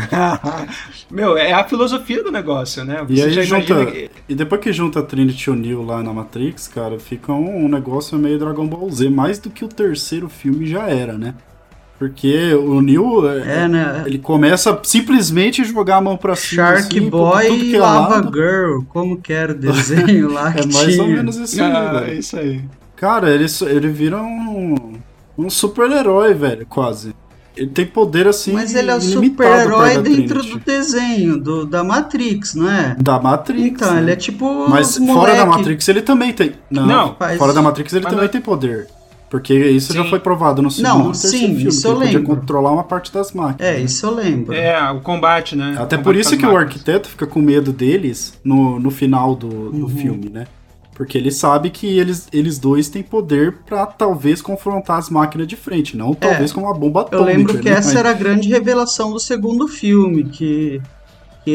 Meu, é a filosofia do negócio, né? E aí já junta, imagina que- e depois que junta a Trinity e o Neo lá na Matrix, cara, fica um, um negócio meio Dragon Ball Z, mais do que o terceiro filme já era, né? Porque o Neo, É, né? ele começa a simplesmente jogar a mão pra cima, Shark assim, Boy tudo que e é Lava lado. Girl, como que era o desenho lá que É mais tinha. ou menos isso aí, Ah, velho. isso aí. Cara, ele, ele vira um, um super-herói, velho, quase. Ele tem poder assim. Mas ele é o super-herói dentro do desenho, do, da Matrix, não é? Da Matrix. Então, né? Ele é tipo. Mas fora da Matrix ele também tem. Não, não faz... fora da Matrix ele também não... tem poder. Porque isso sim. já foi provado no segundo não, e terceiro sim, filme. Isso eu ele lembro. podia controlar uma parte das máquinas. É, isso eu lembro. É, o combate, né? Até o por isso que máquinas. o arquiteto fica com medo deles no, no final do, do uhum. filme, né? Porque ele sabe que eles, eles dois têm poder pra talvez confrontar as máquinas de frente, não talvez é, com uma bomba atômica. Eu lembro que né? essa era a grande revelação do segundo filme, que, que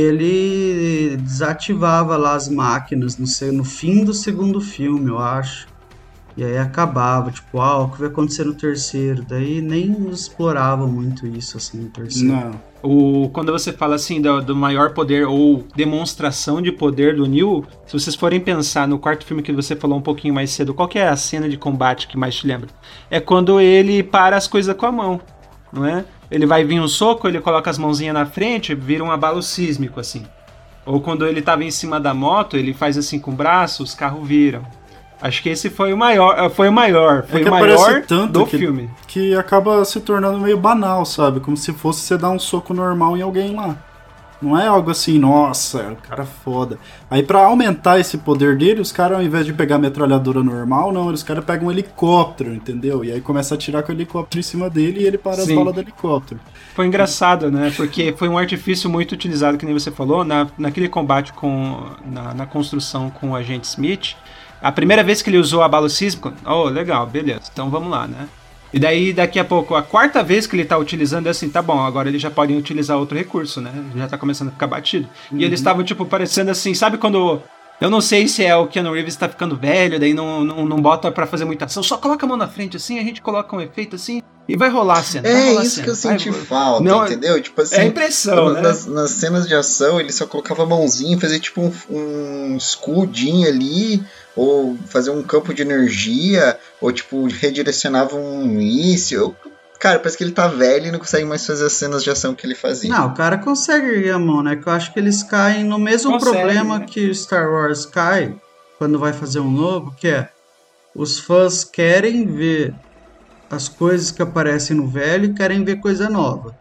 ele desativava lá as máquinas no, no fim do segundo filme, eu acho. E aí acabava, tipo, ah, o que vai acontecer no terceiro? Daí nem exploravam muito isso, assim, no terceiro. Não. O, quando você fala, assim, do, do maior poder ou demonstração de poder do Neo, se vocês forem pensar no quarto filme que você falou um pouquinho mais cedo, qual que é a cena de combate que mais te lembra? É quando ele para as coisas com a mão, não é? Ele vai vir um soco, ele coloca as mãozinhas na frente, vira um abalo sísmico, assim. Ou quando ele tava em cima da moto, ele faz assim com o braço, os carros viram. Acho que esse foi o maior, foi o maior, foi é que o maior tanto do que, filme. Que acaba se tornando meio banal, sabe? Como se fosse você dar um soco normal em alguém lá. Não é algo assim, nossa, o cara é foda. Aí pra aumentar esse poder dele, os caras, ao invés de pegar a metralhadora normal, não, os caras pegam um helicóptero, entendeu? E aí começa a atirar com o helicóptero em cima dele e ele para Sim. as balas do helicóptero. Foi engraçado, né? Porque foi um artifício muito utilizado, que nem você falou, na, naquele combate com, na, na construção com o agente Smith. A primeira vez que ele usou abalo sísmico, oh, legal, beleza, então vamos lá, né? E daí, daqui a pouco, a quarta vez que ele tá utilizando é assim, tá bom, agora eles já podem utilizar outro recurso, né? Já tá começando a ficar batido. Uhum. E eles estavam, tipo, parecendo assim, sabe quando... Eu não sei se é o Keanu Reeves tá ficando velho, daí não, não, não bota pra fazer muita ação, só coloca a mão na frente assim, a gente coloca um efeito assim e vai rolar a cena. É rolar isso cena. que eu senti vai, falta, não, entendeu? Tipo assim, é impressão, né? nas, nas cenas de ação ele só colocava a mãozinha, fazia tipo um, um escudinho ali, ou fazer um campo de energia, ou tipo redirecionava um míssil. Cara, parece que ele tá velho e não consegue mais fazer as cenas de ação que ele fazia. Não, o cara consegue erguer a mão, né? Que eu acho que eles caem no mesmo consegue, problema né? que o Star Wars cai quando vai fazer um novo, que é os fãs querem ver as coisas que aparecem no velho e querem ver coisa nova.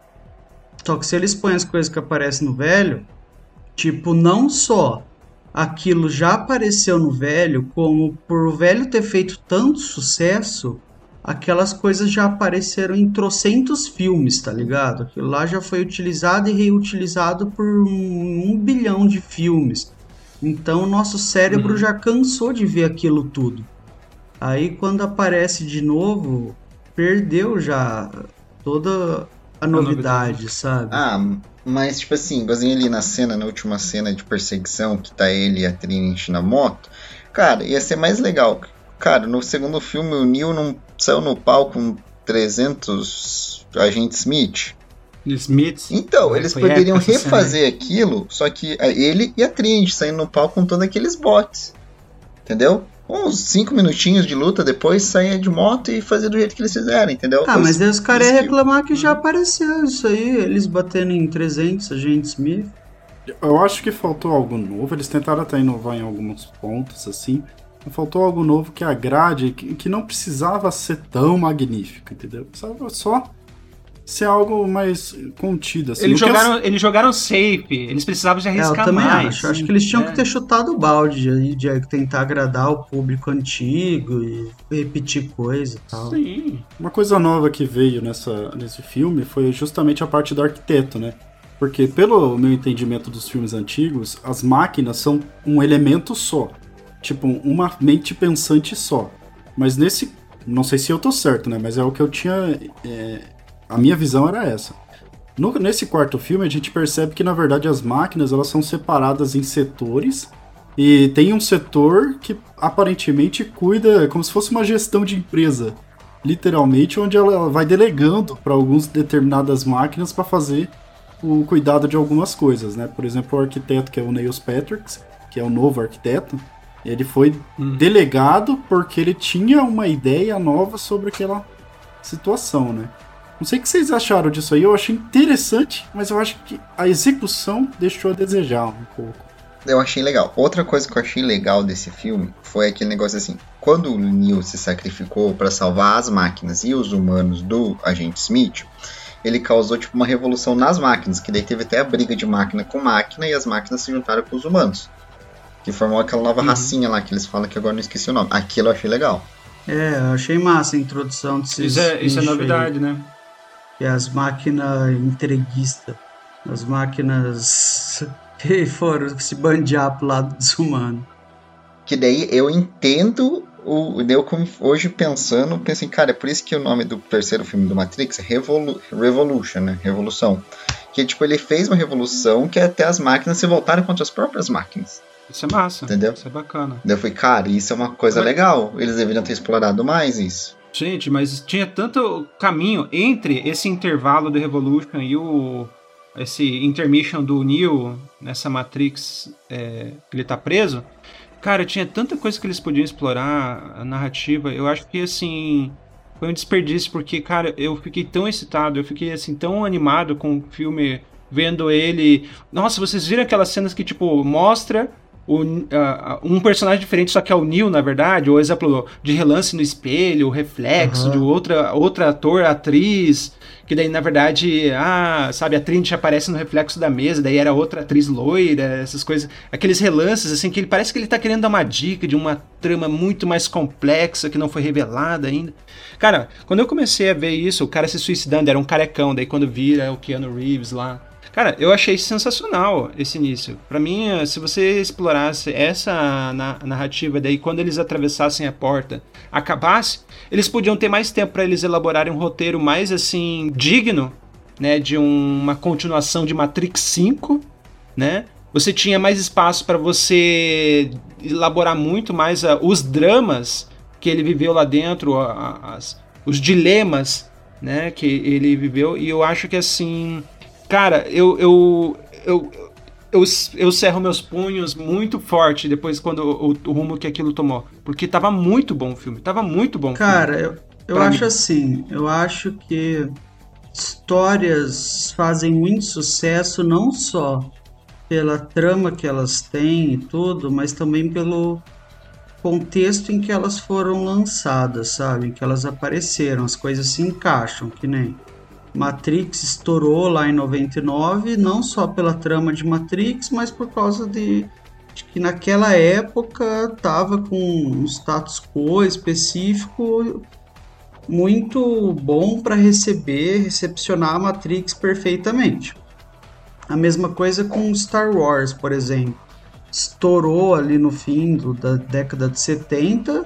Só que se eles põem as coisas que aparecem no velho, tipo, não só aquilo já apareceu no velho, como por o velho ter feito tanto sucesso, aquelas coisas já apareceram em trocentos filmes, tá ligado? Aquilo lá já foi utilizado e reutilizado por um, um bilhão de filmes. Então o nosso cérebro uhum. já cansou de ver aquilo tudo. Aí quando aparece de novo, perdeu já toda a novidade, sabe? Ah, mas tipo assim, igualzinho ali na cena, na última cena de perseguição, que tá ele e a Trinity na moto, cara, ia ser mais legal. Cara, no segundo filme o Neo não saiu no palco com trezentos agentes Smith. Smith. Então, eles poderiam refazer aquilo, só que ele e a Trinity saindo no palco com todos aqueles bots. Entendeu? Uns cinco minutinhos de luta depois saia de moto e fazer do jeito que eles fizeram, entendeu? Ah, mas aí os caras iam reclamar que já apareceu isso aí, eles batendo em trezentos agentes Smith. Eu acho que faltou algo novo, eles tentaram até inovar em alguns pontos, assim. Faltou algo novo que agrade, que, que não precisava ser tão magnífico, entendeu? Precisava só ser algo mais contido. Assim. Eles, jogaram, eu... eles jogaram safe, eles precisavam de arriscar é, eu também mais. Acho. acho que eles tinham é. que ter chutado o balde aí, de tentar agradar o público antigo e repetir coisa e tal. Sim. Uma coisa nova que veio nessa, nesse filme foi justamente a parte do arquiteto, né? Porque pelo meu entendimento dos filmes antigos, as máquinas são um elemento só. Tipo, uma mente pensante só. Mas nesse... Não sei se eu tô certo, né? Mas é o que eu tinha... É, a minha visão era essa. No, nesse quarto filme, a gente percebe que, na verdade, as máquinas elas são separadas em setores. E tem um setor que, aparentemente, cuida... Como se fosse uma gestão de empresa. Literalmente, onde ela vai delegando para algumas determinadas máquinas para fazer o cuidado de algumas coisas, né? Por exemplo, o arquiteto, que é o Neil Patrick, que é o novo arquiteto, ele foi hum. delegado porque ele tinha uma ideia nova sobre aquela situação, né? Não sei o que vocês acharam disso aí, eu achei interessante, mas eu acho que a execução deixou a desejar um pouco. Eu achei legal. Outra coisa que eu achei legal desse filme foi aquele negócio assim, quando o Neo se sacrificou para salvar as máquinas e os humanos do agente Smith, ele causou tipo uma revolução nas máquinas, que daí teve até a briga de máquina com máquina e as máquinas se juntaram com os humanos, que formou aquela nova uhum. racinha lá que eles falam, que agora não esqueci o nome. Aquilo eu achei legal. É, eu achei massa a introdução desses Isso é, isso é novidade, aí, né? Que as máquinas entreguistas, as máquinas que foram se bandear pro lado dos humanos. Que daí eu entendo, o, eu hoje pensando, pensei, cara, é por isso que o nome do terceiro filme do Matrix é Revolu- Revolution, né? Revolução. Que tipo, ele fez uma revolução que até as máquinas se voltaram contra as próprias máquinas. Isso é massa. Entendeu? Isso é bacana. Daí eu falei, cara, isso é uma coisa mas... legal. Eles deveriam ter explorado mais isso. Gente, mas tinha tanto caminho entre esse intervalo do Revolution e o esse intermission do Neo nessa Matrix é, que ele tá preso. Cara, tinha tanta coisa que eles podiam explorar, a narrativa. Eu acho que, assim, foi um desperdício, porque, cara, eu fiquei tão excitado, eu fiquei, assim, tão animado com o filme, vendo ele... Nossa, vocês viram aquelas cenas que, tipo, mostra... O, uh, um personagem diferente, só que é o Neo, na verdade, ou exemplo, de relance no espelho, o reflexo uhum. de outra, outra ator, atriz, que daí, na verdade, ah, sabe, a Trinity aparece no reflexo da mesa, daí era outra atriz loira, essas coisas, aqueles relances, assim, que ele parece que ele tá querendo dar uma dica de uma trama muito mais complexa, que não foi revelada ainda. Cara, quando eu comecei a ver isso, o cara se suicidando, era um carecão, daí quando vira o Keanu Reeves lá, cara, eu achei sensacional esse início. Pra mim, se você explorasse essa narrativa, daí quando eles atravessassem a porta, acabasse, eles podiam ter mais tempo pra eles elaborarem um roteiro mais, assim, digno, né, de um, uma continuação de Matrix cinco, né? Você tinha mais espaço pra você elaborar muito mais uh, os dramas que ele viveu lá dentro, uh, as, os dilemas, né, que ele viveu, e eu acho que, assim... Cara, eu, eu, eu, eu, eu cerro meus punhos muito forte depois quando o, o rumo que aquilo tomou. Porque tava muito bom o filme, tava muito bom o filme. Cara, eu, eu acho mim. assim, eu acho que histórias fazem muito sucesso não só pela trama que elas têm e tudo, mas também pelo contexto em que elas foram lançadas, sabe? Em que elas apareceram, as coisas se encaixam, que nem... Matrix estourou lá em noventa e nove, não só pela trama de Matrix, mas por causa de, de que naquela época tava com um status quo específico muito bom para receber, recepcionar a Matrix perfeitamente. A mesma coisa com Star Wars, por exemplo. Estourou ali no fim do, da década de setenta,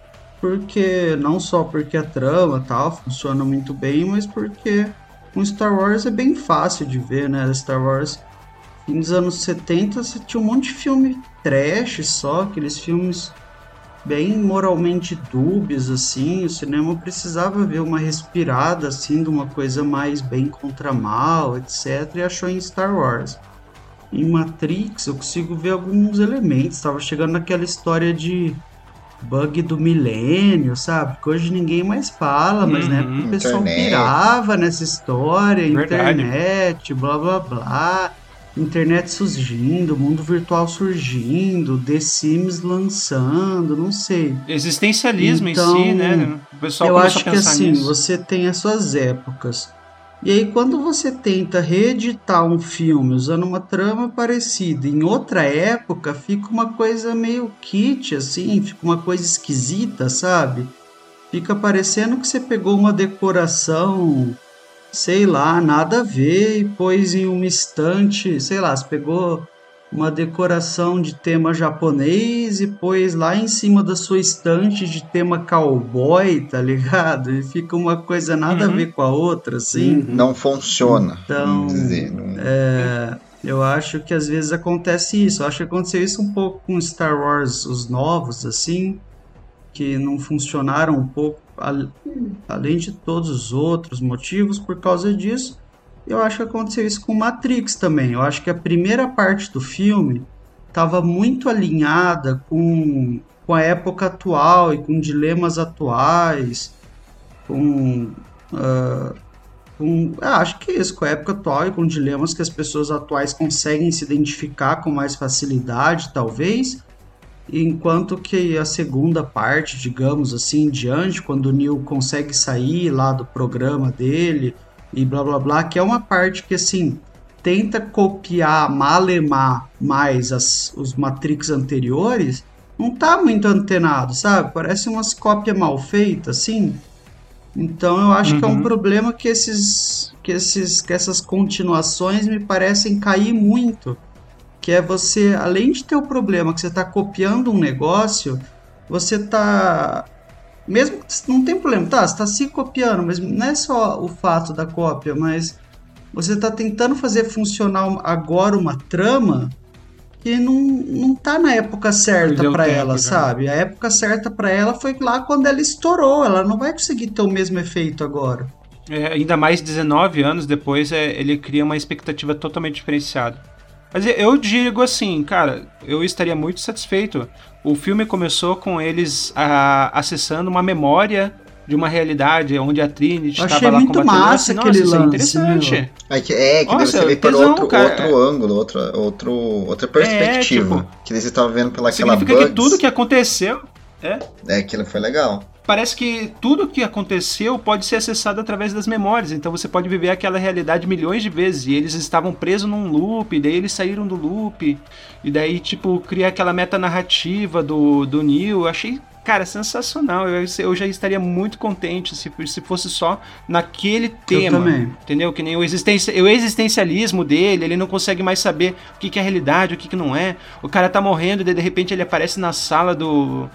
porque não só porque a trama tal funciona muito bem, mas porque um Star Wars é bem fácil de ver, né? Star Wars, fim dos anos setenta, você tinha um monte de filme trash só, aqueles filmes bem moralmente dúbios, assim. O cinema precisava ver uma respirada, assim, de uma coisa mais bem contra mal, etcétera. E achou em Star Wars. Em Matrix eu consigo ver alguns elementos, estava chegando naquela história de bug do milênio, sabe? Que hoje ninguém mais fala, mas uhum, na época o pessoal internet. pirava nessa história, Verdade. internet, blá blá blá, internet surgindo, mundo virtual surgindo, The Sims lançando, não sei. Existencialismo então, em si, né? O pessoal eu acho a que assim, nisso. Você tem as suas épocas. E aí quando você tenta reeditar um filme usando uma trama parecida em outra época, fica uma coisa meio kit, assim, fica uma coisa esquisita, sabe? Fica parecendo que você pegou uma decoração, sei lá, nada a ver, e pôs em uma estante, sei lá, você pegou uma decoração de tema japonês e pôs lá em cima da sua estante de tema cowboy, tá ligado? E fica uma coisa nada uhum. a ver com a outra, assim. Não funciona. Então, dizer, não... É, eu acho que às vezes acontece isso. Eu acho que aconteceu isso um pouco com Star Wars, os novos, assim, que não funcionaram um pouco, além de todos os outros motivos por causa disso. Eu acho que aconteceu isso com Matrix também. Eu acho que a primeira parte do filme estava muito alinhada com, com a época atual e com dilemas atuais, com, uh, com ah, acho que é isso, com a época atual e com dilemas que as pessoas atuais conseguem se identificar com mais facilidade, talvez, enquanto que a segunda parte, digamos assim, em diante, quando o Neo consegue sair lá do programa dele e blá blá blá, que é uma parte que, assim, tenta copiar, malemar mais as, os Matrix anteriores, não tá muito antenado, sabe? Parece umas cópias mal feitas, assim. Então eu acho uhum. que é um problema que, esses, que, esses, que essas continuações me parecem cair muito. Que é você, além de ter o problema que você tá copiando um negócio, você tá... Mesmo que não tem problema, tá? Você tá se copiando, mas não é só o fato da cópia, mas você tá tentando fazer funcionar agora uma trama que não, não tá na época certa pra ela, já. sabe? A época certa pra ela foi lá quando ela estourou, ela não vai conseguir ter o mesmo efeito agora. É, ainda mais dezenove anos depois, é, ele cria uma expectativa totalmente diferenciada. Mas eu digo assim, cara, eu estaria muito satisfeito. O filme começou com eles a, acessando uma memória de uma realidade onde a Trinity estava lá combatendo. Massa assim, aquele Nossa, lance, isso é interessante. É que, é, que Nossa, deve ser ver por tesão, outro, cara, outro é... ângulo, outro, outro, outra perspectiva. É, tipo, que você estava vendo pela aquela significa bugs. que tudo que aconteceu... É, é, aquilo foi legal. Parece que tudo que aconteceu pode ser acessado através das memórias. Então você pode viver aquela realidade milhões de vezes. E eles estavam presos num loop, daí eles saíram do loop. E daí, tipo, cria aquela metanarrativa do, do Neo. Eu achei, cara, sensacional. Eu, eu já estaria muito contente se, se fosse só naquele tema. Eu também. Entendeu? Que nem o, existência, o existencialismo dele, ele não consegue mais saber o que, que é realidade, o que, que não é. O cara tá morrendo e de repente ele aparece na sala do...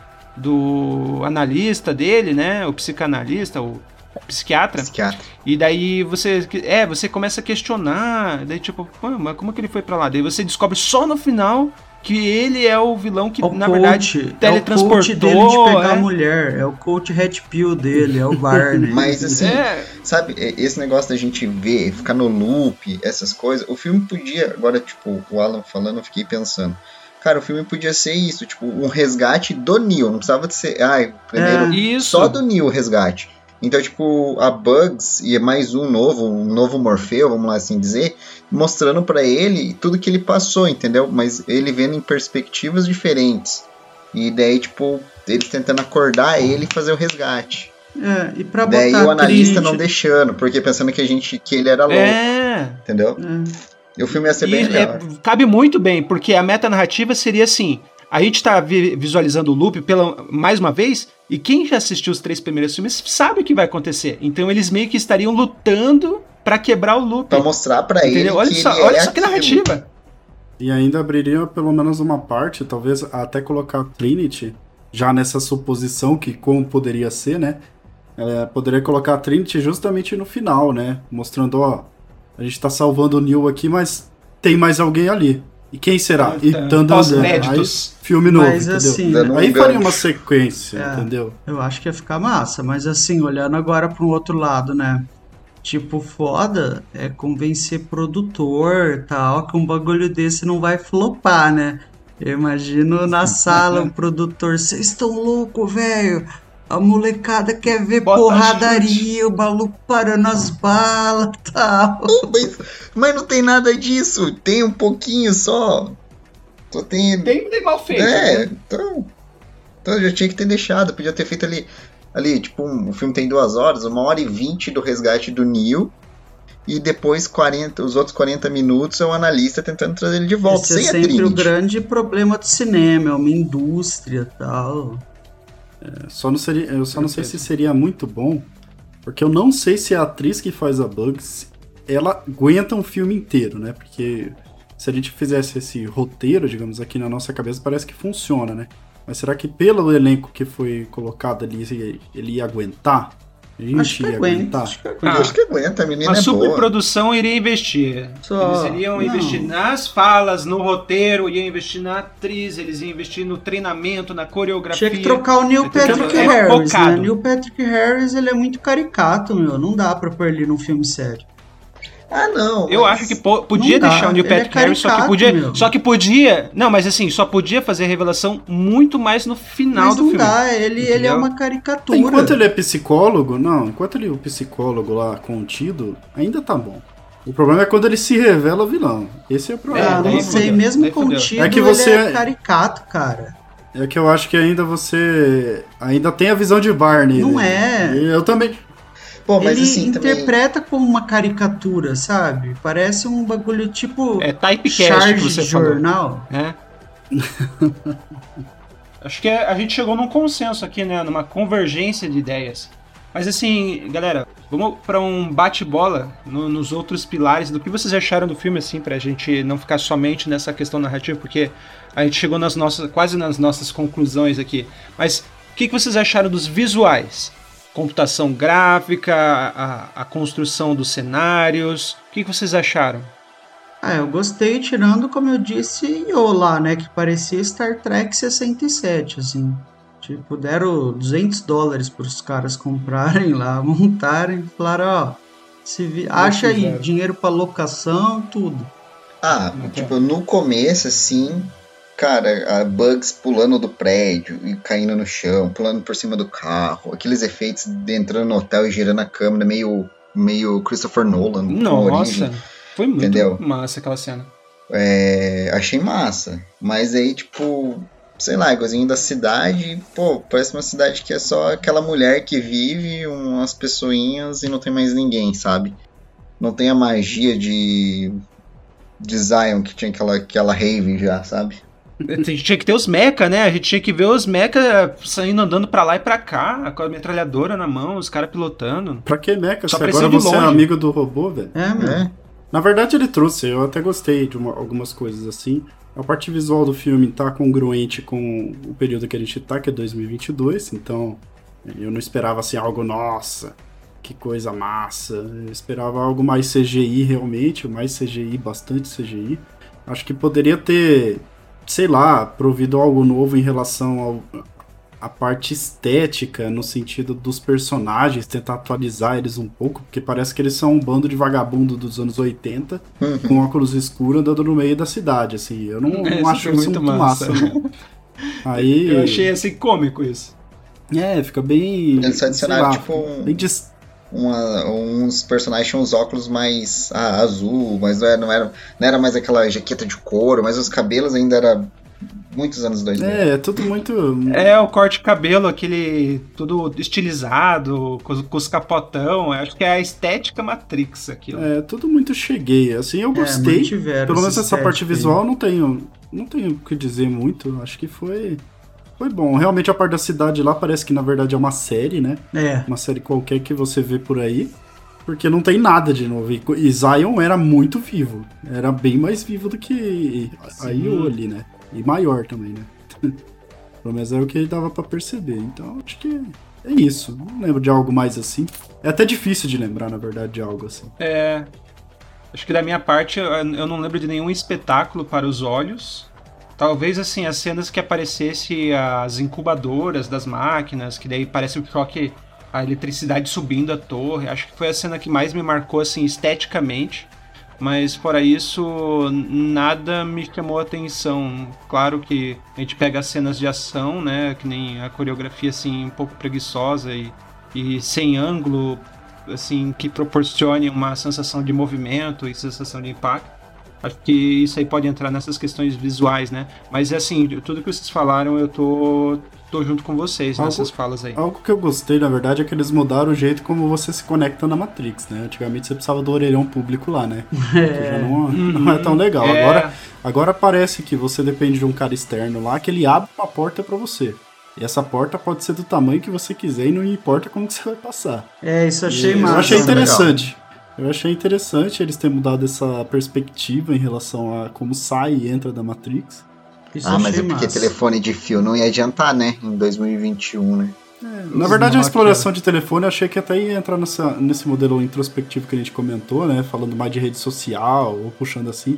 do analista dele, né, o psicanalista, o psiquiatra, psiquiatra. E daí você, é, você começa a questionar, daí tipo, mas como que ele foi pra lá? Daí você descobre só no final que ele é o vilão que, o na coach, verdade, teletransportou. É o coach dele de pegar é. a mulher, é o coach Red Pill dele, é o Barney. Mas assim, é. sabe, esse negócio da gente ver, ficar no loop, essas coisas, o filme podia, agora tipo, o Alan falando, eu fiquei pensando, cara, o filme podia ser isso, tipo, um resgate do Neo, não precisava de ser, ai, primeiro, é, só do Neo o resgate. Então, tipo, a Bugs e mais um novo, um novo Morfeu, vamos lá assim dizer, mostrando pra ele tudo que ele passou, entendeu? Mas ele vendo em perspectivas diferentes. E daí, tipo, eles tentando acordar ele e fazer o resgate. É, e pra daí botar o analista Trinity... não deixando, porque pensando que a gente, que ele era louco. É. Entendeu? É. E o filme ia ser e bem melhor. É, cabe muito bem, porque a metanarrativa seria assim, a gente tá vi- visualizando o loop pela, mais uma vez, e quem já assistiu os três primeiros filmes sabe o que vai acontecer. Então eles meio que estariam lutando pra quebrar o loop. Pra mostrar pra entendeu? ele olha que só, ele olha é só que narrativa. E ainda abriria pelo menos uma parte, talvez até colocar a Trinity, já nessa suposição que como poderia ser, né? É, poderia colocar a Trinity justamente no final, né? Mostrando, ó, a gente tá salvando o Neo aqui, mas tem mais alguém ali. E quem será? E dando aí, filme novo, mas, entendeu? Assim, aí faria uma sequência, é, entendeu? Eu acho que ia ficar massa, mas assim, olhando agora para um outro lado, né? Tipo, foda é convencer produtor, tal, que um bagulho desse não vai flopar, né? Eu imagino na sala um produtor, vocês estão loucos, velho? A molecada quer ver Bota porradaria, o maluco parando as balas e tal. Mas, mas não tem nada disso. Tem um pouquinho só. Só tem... Tem, tem mal feito. É, né? então... Então já tinha que ter deixado. Podia ter feito ali... Ali, tipo, um, o filme tem duas horas. Uma hora e vinte do resgate do Neo. E depois quarenta, os outros quarenta minutos é o analista tentando trazer ele de volta. Esse sem é a sempre Trinity. o grande problema do cinema. É uma indústria e tal... É, só não seria, eu só não sei se seria muito bom, porque eu não sei se a atriz que faz a Bugs, ela aguenta um filme inteiro, né? Porque se a gente fizesse esse roteiro, digamos, aqui na nossa cabeça, parece que funciona, né? Mas será que pelo elenco que foi colocado ali, ele ia aguentar? A gente acho que ia aguenta, aguentar? acho que aguenta. Ah, acho que aguenta, a menina a é boa. A superprodução iria investir. Só... Eles iriam não. investir nas falas, no roteiro, iam investir na atriz, eles iam investir no treinamento, na coreografia. Tinha que trocar o Neil Patrick é Harris, focado. né? Neil Patrick Harris, ele é muito caricato, meu. Não dá pra pôr ele num filme sério. Ah, não. Eu mas... acho que po- podia Não deixar dá, o Neil ele é Patrick Harris, só que caricato, podia. meu. Só que podia. Não, mas assim, só podia fazer a revelação muito mais no final Mas do não filme. dá, ele, ele é uma caricatura. Enquanto ele é psicólogo, não, enquanto ele é o psicólogo lá contido, ainda tá bom. O problema é quando ele se revela vilão. Esse é o problema. Ah, daí não sei, fudeu, mesmo daí fudeu. contido, É que você- ele é caricato, cara. É que eu acho que ainda você ainda tem a visão de Barney. Não né? é. Eu também. Pô, mas ele assim, interpreta também... como uma caricatura, sabe? Parece um bagulho tipo... É typecast charge que você de jornal. falou. É. Acho que a gente chegou num consenso aqui, né? Numa convergência de ideias. Mas assim, galera, vamos para um bate-bola no, nos outros pilares do que vocês acharam do filme, assim, pra gente não ficar somente nessa questão narrativa, porque a gente chegou nas nossas, quase nas nossas conclusões aqui. Mas o que, que vocês acharam dos visuais? Computação gráfica, a, a construção dos cenários, o que, que vocês acharam? Ah, eu gostei, tirando, como eu disse, eu lá, né, que parecia Star Trek sessenta e sete, assim. Tipo, deram duzentos dólares para os caras comprarem lá, montarem, falaram, ó, se vi... acha aí, dinheiro para locação, tudo. Ah, tipo, no começo, assim, cara, a Bugs pulando do prédio e caindo no chão, pulando por cima do carro, aqueles efeitos de entrando no hotel e girando a câmera, meio, meio Christopher Nolan. Nossa, foi muito entendeu? Massa aquela cena. É, achei massa, mas aí, tipo... sei lá, igualzinho da cidade, pô, parece uma cidade que é só aquela mulher que vive, umas pessoinhas e não tem mais ninguém, sabe? Não tem a magia de, de Zion que tinha aquela, aquela rave já, sabe? A gente tinha que ter os mecha, né? A gente tinha que ver os mecha saindo andando pra lá e pra cá, com a metralhadora na mão, os caras pilotando. Pra que mecha? Só se agora você longe. É amigo do robô, velho? É, mano. É. Na verdade ele trouxe, eu até gostei de uma, algumas coisas assim. A parte visual do filme tá congruente com o período que a gente tá, que é dois mil e vinte e dois, então eu não esperava assim algo, nossa, que coisa massa. Eu esperava algo mais C G I realmente, mais C G I, bastante C G I. Acho que poderia ter, sei lá, provido algo novo em relação ao, a parte estética, no sentido dos personagens, tentar atualizar eles um pouco, porque parece que eles são um bando de vagabundo dos anos oitenta, uhum. com óculos escuros andando no meio da cidade, assim. Eu não, não acho isso muito massa. massa não. Aí... Eu achei, assim, cômico isso. É, fica bem... Eles adicionaram, lá, tipo, um, bem dis... uma, uns personagens tinham uns óculos mais ah, azul, mas não era, não, era, não era mais aquela jaqueta de couro, mas os cabelos ainda eram... muitos anos dois mil. É, é tudo muito... É, o corte de cabelo, aquele tudo estilizado, com, com os capotão, acho que é a estética Matrix aquilo. É, tudo muito cheguei, assim, eu gostei. É, pelo menos essa parte visual não tenho, não tenho o que dizer muito, acho que foi... Foi bom, realmente a parte da cidade lá parece que na verdade é uma série, né? É. Uma série qualquer que você vê por aí. Porque não tem nada de novo. E Zion era muito vivo. Era bem mais vivo do que a Io ali, né? E maior também, né? Pelo menos é o que dava pra perceber. Então, acho que é isso. Não lembro de algo mais assim. É até difícil de lembrar, na verdade, de algo assim. É... Acho que da minha parte, eu não lembro de nenhum espetáculo para os olhos. Talvez, assim, as cenas que aparecesse as incubadoras das máquinas, que daí parece o choque, a eletricidade subindo a torre. Acho que foi a cena que mais me marcou, assim, esteticamente. Mas, fora isso, nada me chamou a atenção. Claro que a gente pega as cenas de ação, né? Que nem a coreografia, assim, um pouco preguiçosa e, e sem ângulo, assim, que proporcione uma sensação de movimento e sensação de impacto. Acho que isso aí pode entrar nessas questões visuais, né? Mas, assim, tudo que vocês falaram, eu tô, tô junto com vocês algo, nessas falas aí. Algo que eu gostei, na verdade, é que eles mudaram o jeito como você se conecta na Matrix, né? Antigamente você precisava do orelhão público lá, né? É. Que já não, não é tão legal. É. Agora, agora parece que você depende de um cara externo lá, que ele abre uma porta pra você. E essa porta pode ser do tamanho que você quiser e não importa como que você vai passar. É, isso eu achei massa. Eu achei interessante. Legal. Eu achei interessante eles terem mudado essa perspectiva em relação a como sai e entra da Matrix. Isso ah, mas é porque massa. Telefone de fio não ia adiantar, né? Em dois mil e vinte e um, né? É, na verdade, a exploração de telefone eu achei que até ia entrar nessa, nesse modelo introspectivo que a gente comentou, né? Falando mais de rede social ou puxando assim.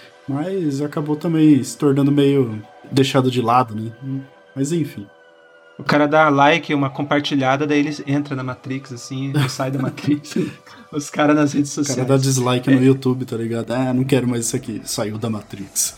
Mas acabou também se tornando meio deixado de lado, né? Mas enfim. O cara dá like, uma compartilhada, daí ele entra na Matrix, assim, ele sai da Matrix. Os caras nas redes sociais. O cara dá dislike é. no YouTube, tá ligado? Ah, não quero mais isso aqui. Saiu da Matrix.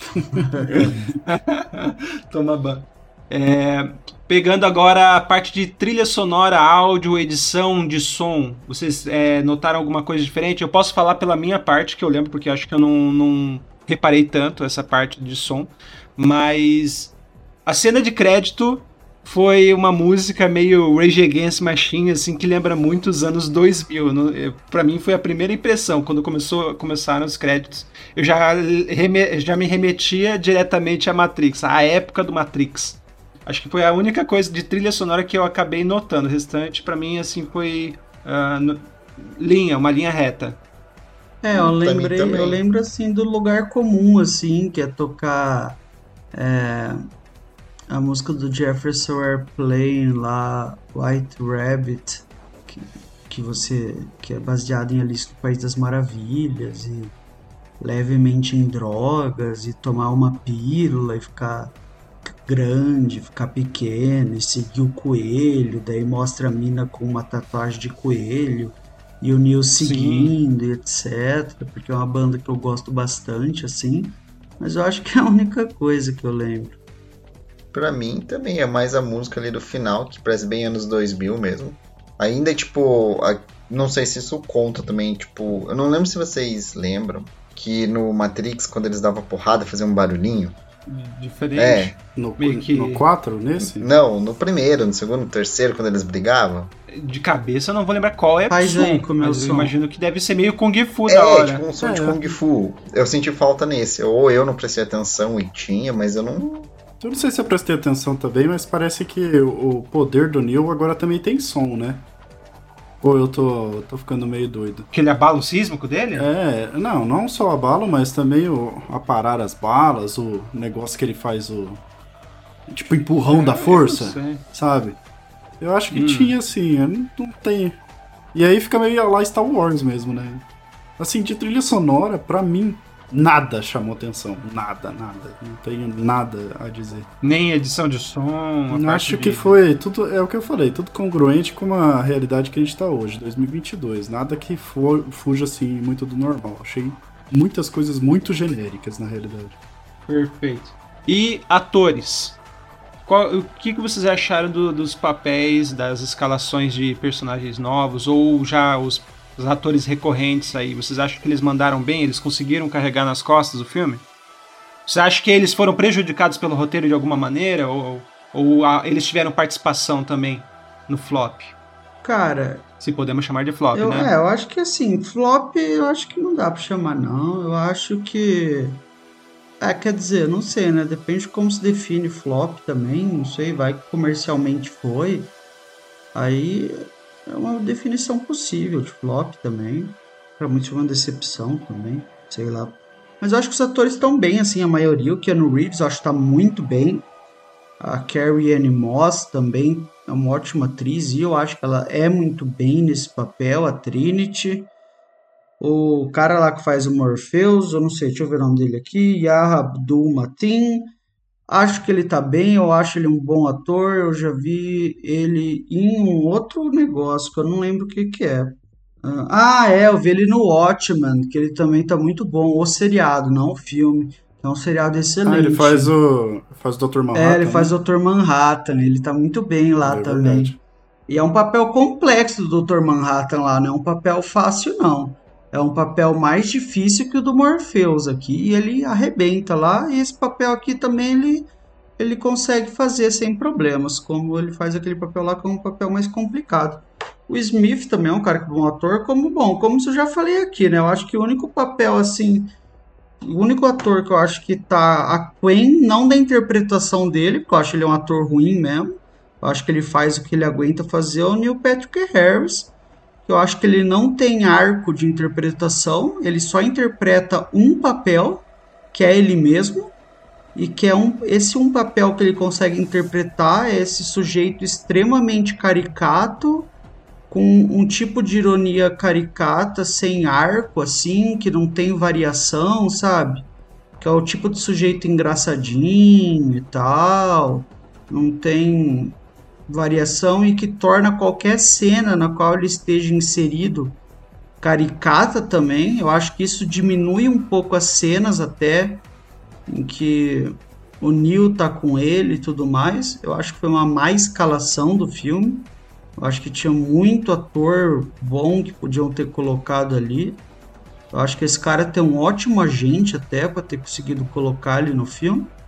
Toma ban. É, pegando agora a parte de trilha sonora, áudio, edição de som. Vocês é, notaram alguma coisa diferente? Eu posso falar pela minha parte, que eu lembro, porque acho que eu não, não reparei tanto essa parte de som. Mas a cena de crédito... foi uma música meio Rage Against the Machine, assim, que lembra muito os anos dois mil. No, pra mim foi a primeira impressão, quando começou, começaram os créditos. Eu já, reme, já me remetia diretamente à Matrix, à época do Matrix. Acho que foi a única coisa de trilha sonora que eu acabei notando. O restante, pra mim, assim, foi uh, no, linha, uma linha reta. É, eu lembrei, eu lembro, assim, do Lugar Comum, assim, que é tocar... É... a música do Jefferson Airplane lá, White Rabbit, que, que você que é baseado em Alice no País das Maravilhas, e levemente em drogas, e tomar uma pílula e ficar grande, ficar pequeno, e seguir o coelho, daí mostra a mina com uma tatuagem de coelho, e o Neil seguindo, e etcétera, porque é uma banda que eu gosto bastante, assim, mas eu acho que é a única coisa que eu lembro. Pra mim também é mais a música ali do final, que parece bem anos dois mil mesmo. Ainda, tipo, a, não sei se isso conta também, tipo... Eu não lembro se vocês lembram que no Matrix, quando eles davam porrada, fazia um barulhinho. Diferente. É. No, que... no quatro, nesse? Não, no primeiro, no segundo, no terceiro, quando eles brigavam. De cabeça eu não vou lembrar qual é Faz o som, aí, como é o mas eu som. imagino que deve ser meio Kung Fu é, da hora. É, tipo um som é. de Kung Fu. Eu senti falta nesse. Ou eu não prestei atenção e tinha, mas eu não... Eu não sei se eu prestei atenção também, mas parece que o poder do Neo agora também tem som, né? Ou eu tô, tô ficando meio doido. Aquele abalo sísmico dele? É, não, não só o abalo, mas também o aparar as balas, o negócio que ele faz, o tipo empurrão é, da força, eu não sei. sabe? Eu acho que hum. tinha, assim, eu não, não tem... E aí fica meio lá Star Wars mesmo, né? Assim, de trilha sonora, pra mim, nada chamou atenção. Nada, nada. Não tenho nada a dizer. Nem edição de som. Eu acho que foi tudo, é o que eu falei, tudo congruente com a realidade que a gente tá hoje, dois mil e vinte e dois. Nada que for, fuja assim muito do normal. Achei muitas coisas muito genéricas na realidade. Perfeito. E atores? Qual, o que, que vocês acharam do, dos papéis, das escalações de personagens novos ou já os Os atores recorrentes aí, vocês acham que eles mandaram bem? Eles conseguiram carregar nas costas o filme? Você acha que eles foram prejudicados pelo roteiro de alguma maneira? Ou, ou a, eles tiveram participação também no flop? Cara... Se podemos chamar de flop, eu, né? É, eu acho que assim, flop eu acho que não dá pra chamar, não. Eu acho que... É, quer dizer, não sei, né? Depende de como se define flop também. Não sei, vai que comercialmente foi. Aí... é uma definição possível de flop também. Pra muitos é uma decepção também, sei lá. Mas eu acho que os atores estão bem, assim, a maioria. O Keanu Reeves eu acho que tá muito bem. A Carrie-Anne Moss também é uma ótima atriz e eu acho que ela é muito bem nesse papel, a Trinity. O cara lá que faz o Morpheus, eu não sei, deixa eu ver o nome dele aqui, Yahya Abdul-Mateen. Acho que ele tá bem, eu acho ele um bom ator, eu já vi ele em um outro negócio, que eu não lembro o que que é. Ah, é, eu vi ele no Watchmen, que ele também tá muito bom, o seriado, não o filme. É um seriado excelente. Ah, ele faz o, faz o doutor Manhattan. É, ele faz né? o doutor Manhattan, ele tá muito bem lá É também. verdade. E é um papel complexo do doutor Manhattan lá, não é um papel fácil não. É um papel mais difícil que o do Morpheus aqui, e ele arrebenta lá, e esse papel aqui também ele, ele consegue fazer sem problemas, como ele faz aquele papel lá que é um papel mais complicado. O Smith também é um cara que é um ator, como bom, como eu já falei aqui, né? Eu acho que o único papel assim, o único ator que eu acho que tá aquém, não da interpretação dele, porque eu acho ele um ator ruim mesmo, eu acho que ele faz o que ele aguenta fazer, é o Neil Patrick Harris. Eu acho que ele não tem arco de interpretação, ele só interpreta um papel, que é ele mesmo, e que é um, esse um papel que ele consegue interpretar é esse sujeito extremamente caricato, com um tipo de ironia caricata, sem arco, assim, que não tem variação, sabe? Que é o tipo de sujeito engraçadinho e tal, não tem... variação e que torna qualquer cena na qual ele esteja inserido caricata também. Eu acho que isso diminui um pouco as cenas até em que o Neo tá com ele e tudo mais. Eu acho que foi uma má escalação do filme. Eu acho que tinha muito ator bom que podiam ter colocado ali. Eu acho que esse cara tem um ótimo agente até para ter conseguido colocar ele no filme.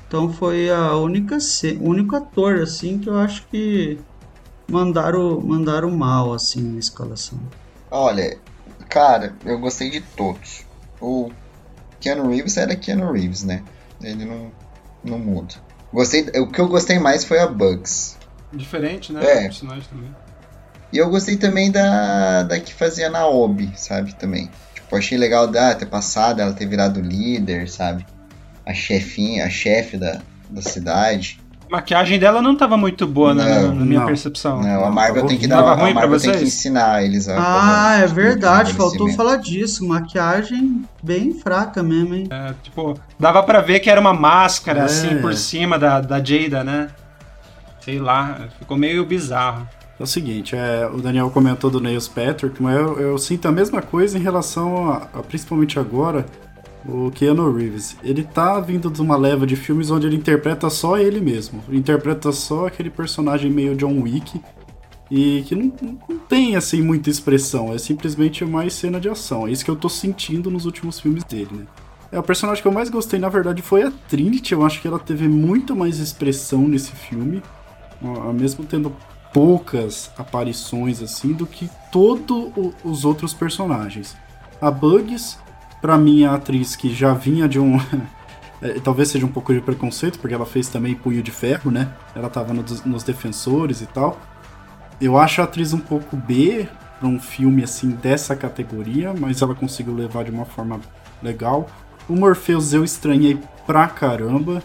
Então foi a única ce... o único ator, assim, que eu acho que mandaram, mandaram mal, assim, na escalação. Olha, cara, eu gostei de todos. O Keanu Reeves era Keanu Reeves, né? Ele não, não muda. Gostei, o que eu gostei mais foi a Bugs. Diferente, né? É. O personagem também. E eu gostei também da, da que fazia Naomi, sabe? Também. Tipo, achei legal dela ter passado, ela ter virado líder, sabe? A chefinha, a chefe da, da cidade. A maquiagem dela não tava muito boa na, Não, na minha não. percepção. Não, a Marvel tem que dar Tava a ruim pra Marvel tem que vocês? ensinar eles a Ah, fazer é um verdade, faltou envelhecimento. falar disso. Maquiagem bem fraca mesmo, hein? É, tipo, dava pra ver que era uma máscara, É. assim, por cima da, da Jada, né? Sei lá, ficou meio bizarro. É o seguinte, é, o Daniel comentou do Neil Patrick, mas eu, eu sinto a mesma coisa em relação a, a, principalmente agora, o Keanu Reeves. Ele tá vindo de uma leva de filmes onde ele interpreta só ele mesmo. Ele interpreta só aquele personagem meio John Wick e que não, não tem, assim, muita expressão. É simplesmente mais cena de ação. É isso que eu tô sentindo nos últimos filmes dele, né? É, o personagem que eu mais gostei, na verdade, foi a Trinity. Eu acho que ela teve muito mais expressão nesse filme, mesmo tendo poucas aparições assim do que todos os outros personagens. A Bugs, pra mim, é a atriz que já vinha de um é, talvez seja um pouco de preconceito, porque ela fez também Punho de Ferro, né? Ela tava no, nos Defensores e tal. Eu acho a atriz um pouco B pra um filme assim dessa categoria, mas ela conseguiu levar de uma forma legal. O Morpheus eu estranhei pra caramba,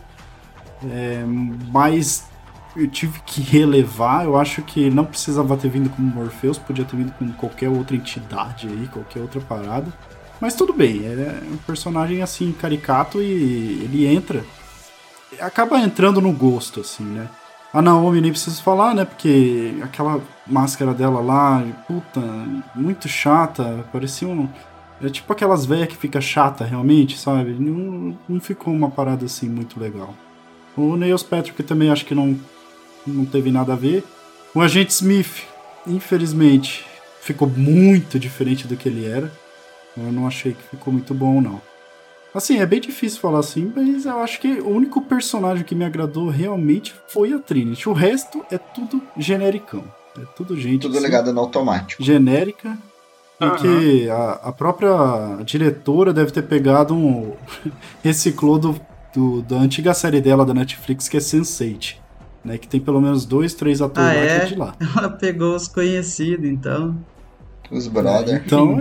é, mas eu tive que relevar. Eu acho que não precisava ter vindo como Morpheus, podia ter vindo com qualquer outra entidade aí, qualquer outra parada. Mas tudo bem, é um personagem assim, caricato, e ele entra, acaba entrando no gosto, assim, né? A Naomi nem preciso falar, né? Porque aquela máscara dela lá, puta, muito chata, parecia um... É tipo aquelas velhas que fica chata realmente, sabe? Não, não ficou uma parada assim muito legal. O Neil Patrick também acho que não... não teve nada a ver. O Agente Smith, infelizmente, ficou muito diferente do que ele era. Eu não achei que ficou muito bom, não. Assim, é bem difícil falar assim, mas eu acho que o único personagem que me agradou realmente foi a Trinity. O resto é tudo genericão. É tudo gente... Tudo assim, ligado no automático. genérica. Porque uhum. a, a própria diretora deve ter pegado um... reciclou do, do, da antiga série dela da Netflix, que é sense eight. Né, que tem pelo menos dois, três atores ah, lá é? que é de lá. Ela pegou os conhecidos, então. Os brother. Então,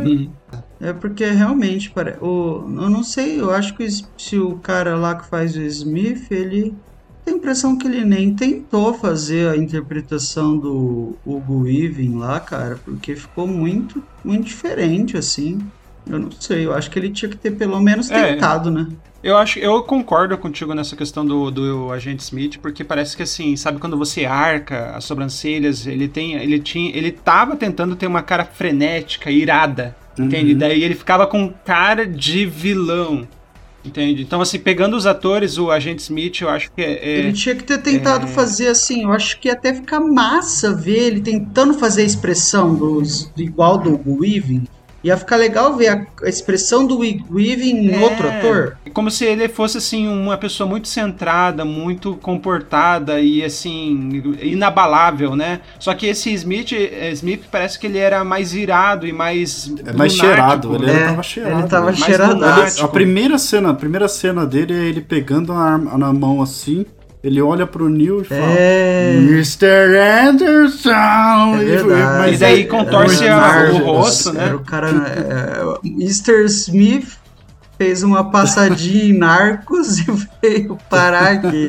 é porque realmente, para o, eu não sei, eu acho que se o cara lá que faz o Smith, ele tem a impressão que ele nem tentou fazer a interpretação do Hugo Weaving lá, cara, porque ficou muito, muito diferente, assim. Eu não sei, eu acho que ele tinha que ter pelo menos É. tentado, né? Eu acho, eu concordo contigo nessa questão do, do Agente Smith, porque parece que assim, sabe quando você arca as sobrancelhas, ele tem, ele tinha, ele tava tentando ter uma cara frenética, irada, Uhum. entende? Daí ele ficava com cara de vilão, entende? Então assim, pegando os atores, o Agente Smith, eu acho que é... é Ele tinha que ter tentado é... fazer assim, eu acho que ia até ficar massa ver ele tentando fazer a expressão dos, do, igual do Hugo Weaving. Ia ficar legal ver a, a expressão do Weaving em É, outro ator. como se ele fosse assim uma pessoa muito centrada, muito comportada e assim inabalável, né? Só que esse Smith, Smith parece que ele era mais irado e mais é mais lunático, cheirado, ele É, tava cheirado. ele tava né? mais cheirado. lunático. A primeira cena, a primeira cena dele é ele pegando a arma na mão assim, ele olha pro Neil e fala É. mister Anderson! É E- verdade. mas E daí é- contorce é a- Marvel, o rosto, né? Era o cara. É, mister Smith fez uma passadinha em Narcos e veio parar aqui.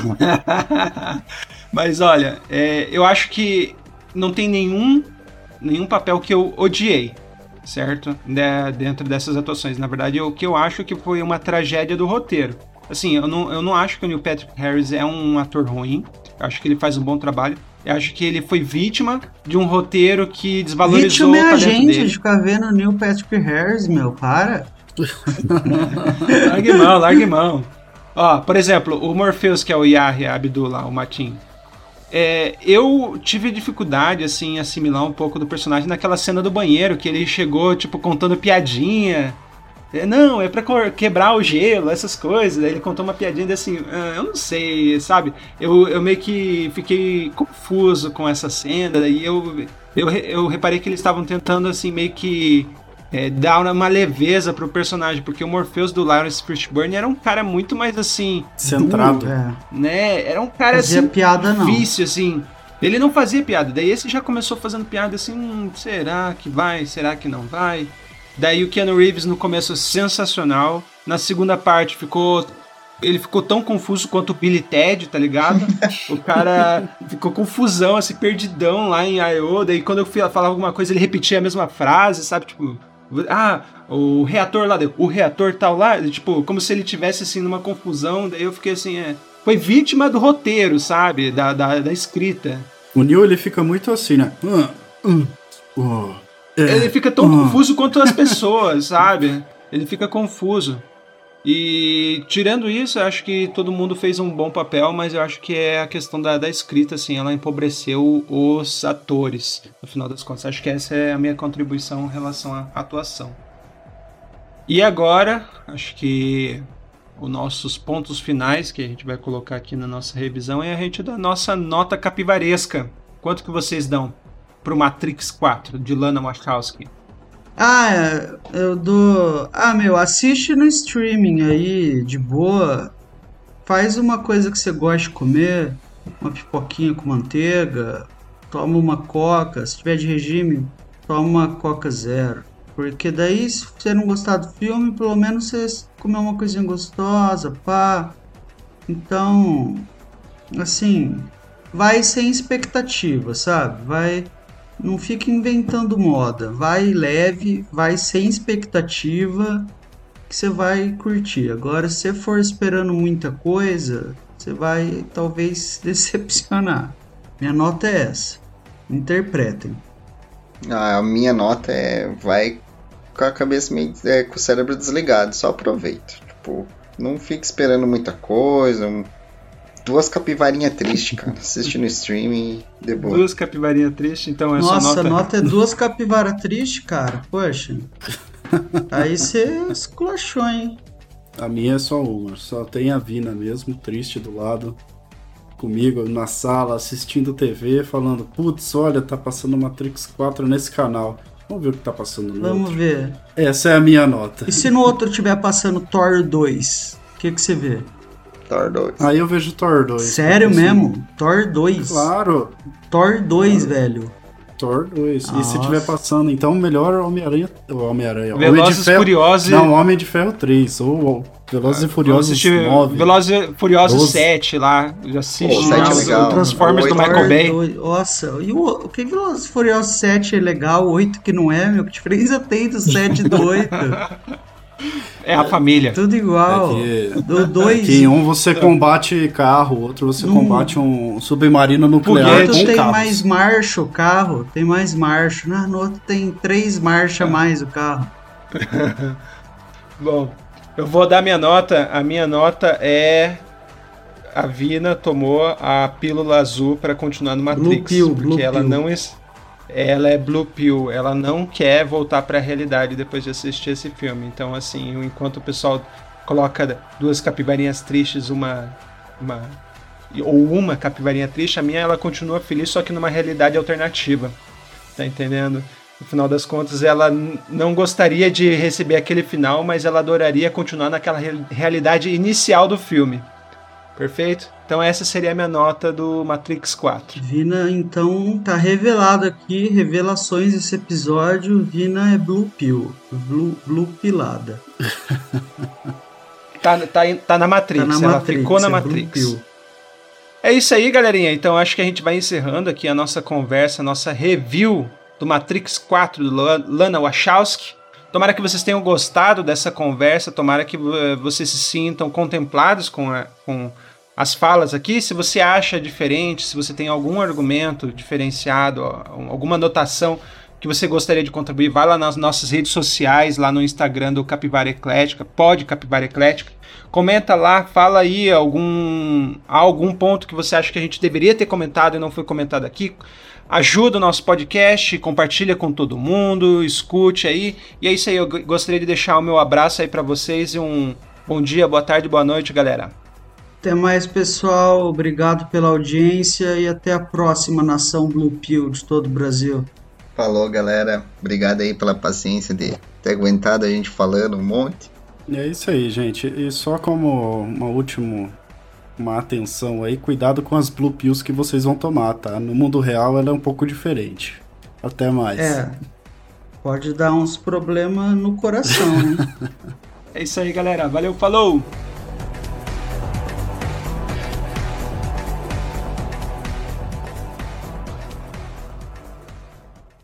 Mas olha, é, eu acho que não tem nenhum, nenhum papel que eu odiei, certo? De, dentro dessas atuações. Na verdade, o que eu acho que foi uma tragédia do roteiro. Assim, eu não, eu não acho que o Neil Patrick Harris é um ator ruim. Eu acho que ele faz um bom trabalho. Eu acho que ele foi vítima de um roteiro que desvalorizou Vítima é o a talento gente dele. de ficar vendo o Neil Patrick Harris, meu, para. Largue mão, largue mão. Ó, por exemplo, o Morpheus, que é o Yahya Abdullah, o Matin. É, eu tive dificuldade, assim, em assimilar um pouco do personagem naquela cena do banheiro, que ele chegou, tipo, contando piadinha. É, não, é pra quebrar o gelo, essas coisas. Aí ele contou uma piadinha assim, ah, eu não sei, sabe? Eu, eu meio que fiquei confuso com essa cena, e eu, eu, eu reparei que eles estavam tentando, assim, meio que é, dar uma leveza pro personagem, porque o Morpheus do Lawrence Fishburne era um cara muito mais, assim... centrado. Duro, é. Né? Era um cara, fazia assim, piada, difícil, não. assim... Ele não fazia piada, daí esse já começou fazendo piada assim, hum, será que vai, será que não vai? Daí o Keanu Reeves no começo sensacional, na segunda parte ficou, ele ficou tão confuso quanto o Billy Ted, tá ligado? O cara ficou confusão, assim, perdidão lá em I O, daí quando eu falava alguma coisa ele repetia a mesma frase, sabe, tipo, ah, o reator lá, o reator tal lá, tipo, como se ele tivesse assim numa confusão, daí eu fiquei assim, é... Foi vítima do roteiro, sabe? Da, da, da escrita. O Neil, ele fica muito assim, né? Uh, uh, uh, é, ele fica tão uh. confuso quanto as pessoas, sabe? Ele fica confuso. E tirando isso, eu acho que todo mundo fez um bom papel, mas eu acho que é a questão da, da escrita, assim, ela empobreceu os atores, no final das contas. Acho que essa é a minha contribuição em relação à atuação. E agora, acho que... os nossos pontos finais que a gente vai colocar aqui na nossa revisão é a gente da nossa nota capivaresca. Quanto que vocês dão pro Matrix quatro, de Lana Wachowski? Ah, eu dou... Ah, meu, assiste no streaming aí, de boa. Faz uma coisa que você gosta de comer, uma pipoquinha com manteiga, toma uma coca, se tiver de regime, toma uma coca zero. Porque daí, se você não gostar do filme, pelo menos você comer uma coisinha gostosa, pá. Então, assim, vai sem expectativa, sabe? Vai, não fica inventando moda. Vai leve, vai sem expectativa, que você vai curtir. Agora, se você for esperando muita coisa, você vai talvez se decepcionar. Minha nota é essa. Interpretem. Ah, a minha nota é... vai... com a cabeça meio, é, com o cérebro desligado, só aproveita. Tipo, não fica esperando muita coisa. Um, duas capivarinhas tristes, cara. Assiste no streaming, de boa. Duas capivarinhas tristes, então é Nossa, só nota... a nota é duas capivaras tristes, cara. Poxa. Aí você esculachou, hein? A minha é só uma. Só tem a Vina mesmo, triste do lado. Comigo na sala, assistindo T V, falando, putz, olha, tá passando Matrix quatro nesse canal. Vamos ver o que tá passando no Vamos outro. ver. Essa é a minha nota. E se no outro estiver passando Thor dois? O que que você vê? Thor dois. Aí eu vejo Thor dois. Sério mesmo? Thor dois? Claro. Thor dois, Claro. velho. Thor dois. Nossa. E se tiver passando, então melhor Homem-Aranha... Homem-Aranha. Velozes Homem de Ferro... Furiosos... Não, Homem de Ferro três. Ou Velozes e Furiosos nove. Velozes e Furiosos doze. sete lá. Já assisti. Pô, o sete é legal. O Transformers O do oito. Michael Bay. dois. Nossa, e o, o que Velozes e Furiosos sete é legal, o oito que não é, meu? Que diferença tem do sete e do oito? É a família. Tudo igual. É que- Do dois. Que em um você combate carro, outro você Hum. combate um submarino nuclear No outro Foguete. com tem carros. mais marcha o carro, tem mais marcha. No, no outro tem três marchas a mais o carro. Bom, eu vou dar minha nota. A minha nota é... A Vina tomou a pílula azul para continuar no Matrix. Blue pill, porque blue ela pill. não... es- Ela é Blue Pill. Ela não quer voltar para a realidade depois de assistir esse filme. Então, assim, enquanto o pessoal coloca duas capivarinhas tristes, uma... uma ou uma capivarinha triste, a minha ela continua feliz, só que numa realidade alternativa. Tá entendendo? No final das contas, ela n- não gostaria de receber aquele final, mas ela adoraria continuar naquela re- realidade inicial do filme. Perfeito? Então essa seria a minha nota do Matrix quatro. Vina, então, tá revelado aqui, revelações desse episódio, Vina é Blue Pill, Blue, Blue Pilada. Tá, tá, em- tá na Matrix, Tá na ela Matrix, ficou na é Blue Matrix. Pill. É isso aí, galerinha. Então acho que a gente vai encerrando aqui a nossa conversa, a nossa review do Matrix quatro do La- Lana Wachowski. Tomara que vocês tenham gostado dessa conversa, tomara que uh, vocês se sintam contemplados com, a, com as falas aqui. Se você acha diferente, se você tem algum argumento diferenciado, ó, alguma anotação que você gostaria de contribuir, vai lá nas nossas redes sociais, lá no Instagram do Capivara Eclética, pode Capivara Eclética, comenta lá, fala aí algum, algum ponto que você acha que a gente deveria ter comentado e não foi comentado aqui. Ajuda o nosso podcast, compartilha com todo mundo, escute aí. E é isso aí, eu gostaria de deixar o meu abraço aí para vocês e um bom dia, boa tarde, boa noite, galera. Até mais, pessoal. Obrigado pela audiência e até a próxima, nação Blue Pill de todo o Brasil. Falou, galera. Obrigado aí pela paciência de ter aguentado a gente falando um monte. É isso aí, gente. E só como uma última uma atenção aí, cuidado com as Blue Pills que vocês vão tomar, tá? No mundo real ela é um pouco diferente. Até mais. É, pode dar uns problemas no coração, né? É isso aí, galera. Valeu, falou!